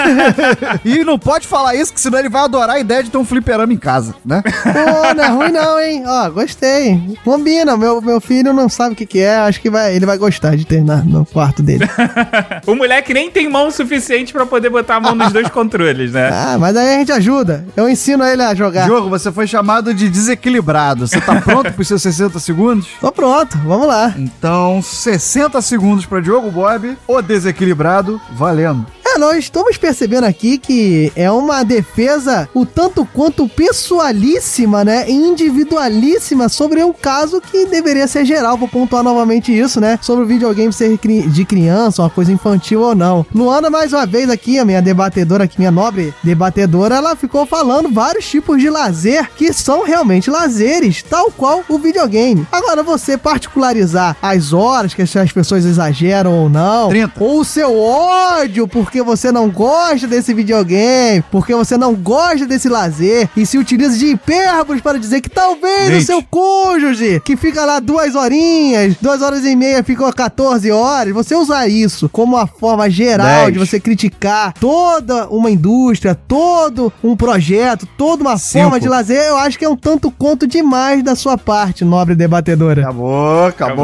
E não pode falar isso, que senão ele vai adorar a ideia de ter um fliperama em casa, né? Pô, não é ruim não, hein? Ó, gostei. Combina, meu filho não sabe o que é, acho que ele vai gostar de ter no quarto dele. O moleque nem tem mão suficiente pra poder botar a mão nos 2 controles, né? Ah, mas aí a gente ajuda. Eu ensino ele a jogar. Diogo, você foi chamado de desequilibrado. Você tá pronto pros seus 60 segundos? Tô pronto, vamos lá. Então, 60 segundos pra Diogo Bob, o desequilibrado, valendo. Nós estamos percebendo aqui que é uma defesa o tanto quanto pessoalíssima, né? Individualíssima sobre um caso que deveria ser geral. Vou pontuar novamente isso, né? Sobre o videogame ser de criança, uma coisa infantil ou não. Luana, mais uma vez aqui, a minha debatedora aqui, minha nobre debatedora, ela ficou falando vários tipos de lazer que são realmente lazeres, tal qual o videogame. Agora, você particularizar as horas que as pessoas exageram ou não, 30. Ou o seu ódio porque você não gosta desse videogame, porque você não gosta desse lazer, e se utiliza de hipérboles para dizer que talvez 20. o seu cônjuge, que fica lá 2 horinhas, 2 horas e meia, ficou 14 horas, você usar isso como uma forma geral 10. de você criticar toda uma indústria, todo um projeto, toda uma 5. forma de lazer, eu acho que é um tanto quanto demais da sua parte, nobre debatedora. Acabou.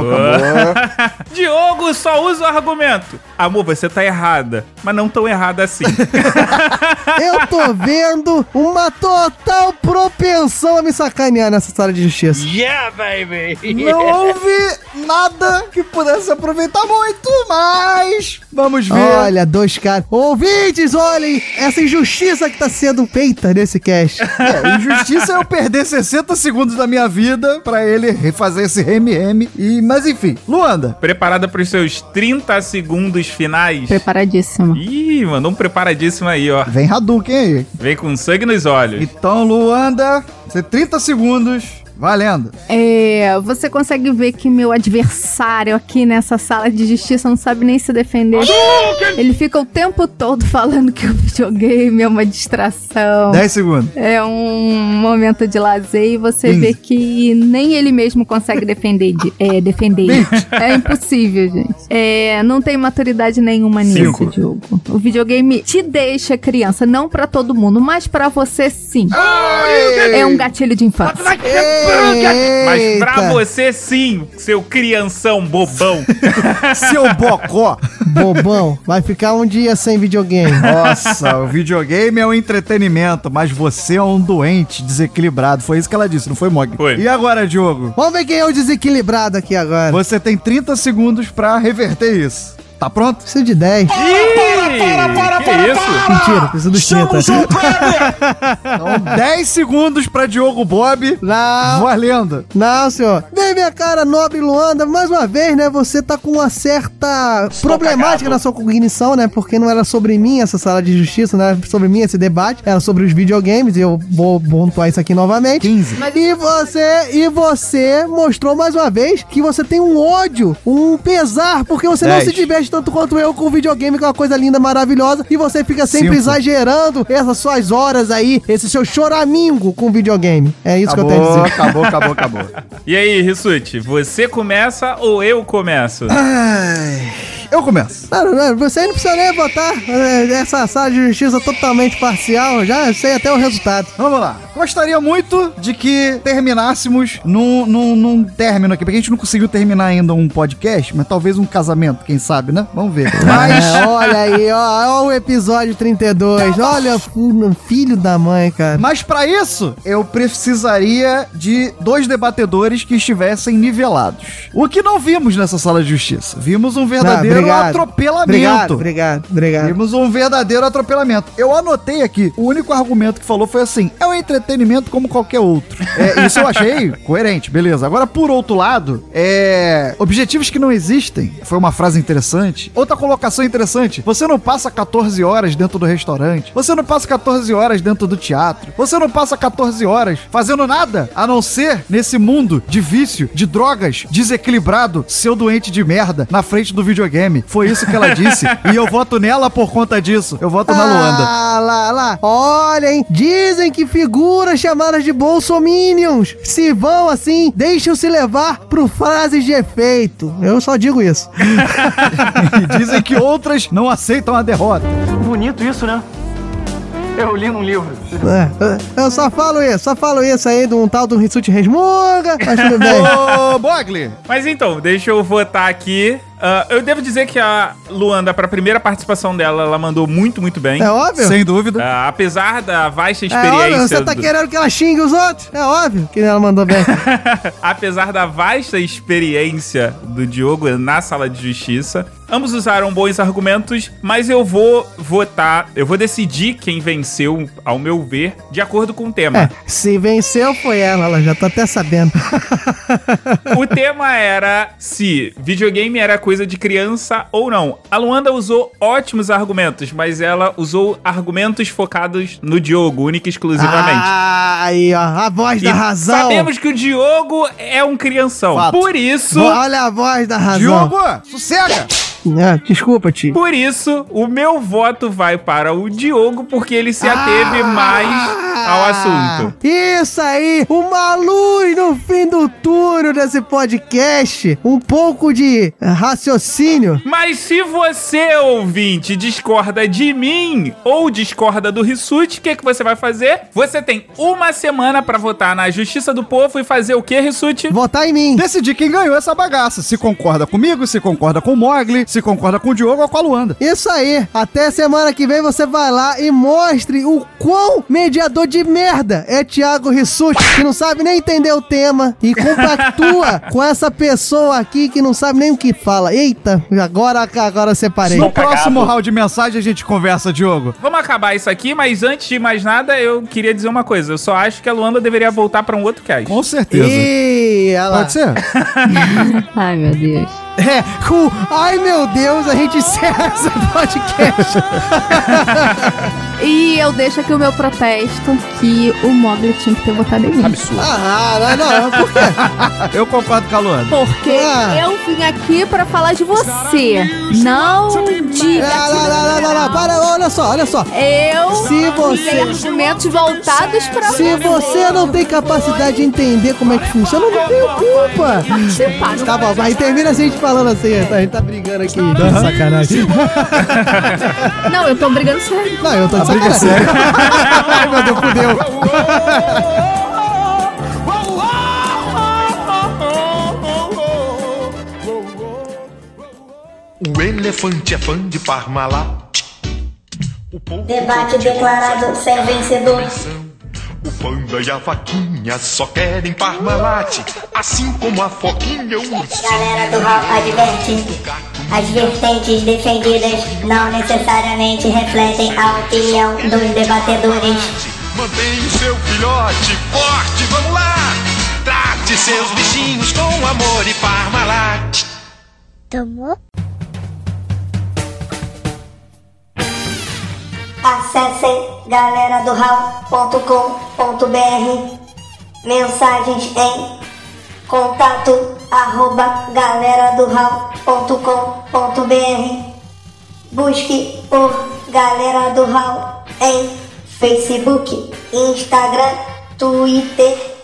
Diogo só usa o argumento: amor, você tá errada, mas não tão errada assim. Eu tô vendo uma total propensão a me sacanear nessa sala de justiça. Yeah, baby! Não houve nada que pudesse aproveitar muito, mas vamos ver. Olha, 2 caras. Ouvintes, olhem essa injustiça que tá sendo feita nesse cast. Injustiça é eu perder 60 segundos da minha vida pra ele refazer esse reme. Mas enfim, Luanda. Preparada pros seus 30 segundos finais? Preparadíssima. Ih, mandou um preparadíssimo aí, ó. Vem Hadouken aí. Vem com sangue nos olhos. Então, Luanda, você 30 segundos. Valendo. Você consegue ver que meu adversário aqui nessa sala de justiça não sabe nem se defender. Ele fica o tempo todo falando que o videogame é uma distração. 10 segundos. É um momento de lazer e você 15. vê que nem ele mesmo consegue defender. É impossível, gente. Não tem maturidade nenhuma nisso, Diogo. O videogame te deixa criança, não pra todo mundo, mas pra você sim. É um gatilho de infância. Mas pra você sim, seu crianção bobão. Seu bocó. Bobão, vai ficar um dia sem videogame. Nossa, o videogame é um entretenimento, mas você é um doente desequilibrado. Foi isso que ela disse, não foi, Mog? Foi. E agora, Diogo? Vamos ver quem é o desequilibrado aqui agora. Você tem 30 segundos pra reverter isso. Tá pronto? Preciso de 10. Que isso? Mentira, preciso dos 30. Então, 10 segundos pra Diogo Bob. Não. Valendo. Não, senhor. Vem, minha cara, nobre Luanda. Mais uma vez, né? Você tá com uma certa problemática na sua cognição, né? Porque não era sobre mim essa sala de justiça, não era sobre mim esse debate. Era sobre os videogames. E eu vou pontuar isso aqui novamente. 15. E você mostrou mais uma vez que você tem um ódio, um pesar, porque você 10. não se diverte tanto quanto eu com o videogame, que é uma coisa linda, maravilhosa. E você fica sempre 5. exagerando essas suas horas aí, esse seu choramingo com videogame. É isso que eu tenho a dizer. Acabou. E aí, Rissuti, você começa ou eu começo? Eu começo. Não, você não precisa nem votar. Essa sala de justiça totalmente parcial, já sei até o resultado. Vamos lá. Gostaria muito de que terminássemos num término aqui, porque a gente não conseguiu terminar ainda um podcast, mas talvez um casamento, quem sabe, né? Vamos ver. Mas... olha aí, ó o episódio 32. Olha, filho da mãe, cara. Mas pra isso, eu precisaria de 2 debatedores que estivessem nivelados. O que não vimos nessa sala de justiça? Vimos um verdadeiro atropelamento. Obrigado. Vimos um verdadeiro atropelamento. Eu anotei aqui, o único argumento que falou foi assim, é um entretenimento como qualquer outro. Isso eu achei coerente, beleza. Agora, por outro lado, objetivos que não existem, foi uma frase interessante. Outra colocação interessante, você não passa 14 horas dentro do restaurante, você não passa 14 horas dentro do teatro, você não passa 14 horas fazendo nada, a não ser nesse mundo de vício, de drogas, desequilibrado, seu doente de merda, na frente do videogame. Foi isso que ela disse. E eu voto nela por conta disso. Eu voto na Luanda. Lá. Olha, hein? Dizem que figuras chamadas de bolsominions, se vão assim, deixam-se levar por frases de efeito. Eu só digo isso. E dizem que outras não aceitam a derrota. Bonito isso, né? Eu li num livro. Eu só falo isso aí de um tal do Rissuti Resmunga. Mas tudo bem. Ô, Bogli! Mas então, deixa eu votar aqui. Eu devo dizer que a Luanda, pra primeira participação dela, ela mandou muito, muito bem. É óbvio. Sem dúvida. Apesar da vasta experiência... É óbvio, você tá querendo que ela xingue os outros? É óbvio que ela mandou bem. Apesar da vasta experiência do Diogo na sala de justiça, ambos usaram bons argumentos, mas eu vou votar, eu vou decidir quem venceu, ao meu ver, de acordo com o tema. Se venceu foi ela já tá até sabendo. O tema era se videogame era coisa de criança ou não. A Luanda usou ótimos argumentos, mas ela usou argumentos focados no Diogo, única e exclusivamente. Aí, ó, a voz da razão. Sabemos que o Diogo é um crianção. Fato. Por isso... Olha a voz da razão. Diogo, sossega! Desculpa, tio. Por isso, o meu voto vai para o Diogo, porque ele se ateve mais ao assunto. Isso aí, uma luz no fim do túnel desse podcast. Um pouco de raciocínio. Mas se você, ouvinte, discorda de mim ou discorda do Rissuti, o que você vai fazer? Você tem uma semana pra votar na Justiça do Povo e fazer o que, Rissuti? Votar em mim. Decidir quem ganhou essa bagaça. Se concorda comigo, se concorda com o Mogli, se concorda com o Diogo ou com a Luanda. Isso aí. Até semana que vem você vai lá e mostre o quão mediador de merda é Thiago Rissuti, que não sabe nem entender o tema e compactua com essa pessoa aqui que não sabe nem o que fala. Eita, agora eu separei. No próximo round de mensagem a gente conversa, Diogo. Vamos acabar isso aqui, mas antes de mais nada, eu queria dizer uma coisa. Eu só acho que a Luanda deveria voltar pra um outro cast. Com certeza. Pode ser? Ai, meu Deus. Ai, meu Deus, a gente encerra esse podcast. E eu deixo aqui o meu protesto que o Mogli tinha que ter votado em mim. Absurdo. Não, por quê? Eu concordo com a Luana. Porque eu vim aqui pra falar de você, não de... Não, para, olha só. Se você... argumentos voltados pra você. Se você não tem capacidade de entender como é que funciona, eu não tenho culpa. Tá bom, mas termina assim, a gente falando assim, a gente tá brigando aqui. Sacanagem. Não, eu tô brigando sério. Não, eu tô de sacanagem. Sério. Ai, meu Deus, fudeu. O elefante é fã de Parmalat. Debate declarado sem vencedor. O panda e a vaquinha só querem Parmalat, assim como a foquinha, o urso. Galera do Hall adverte. As vertentes defendidas não necessariamente refletem a opinião dos debatedores. Mantenha o seu filhote forte, vamos lá! Trate seus bichinhos com amor e Parmalat. Tomou? Acessem galeradohall.com.br. Mensagens em contato@galeradohall.com.br. Busque por Galera do Hall em Facebook, Instagram, Twitter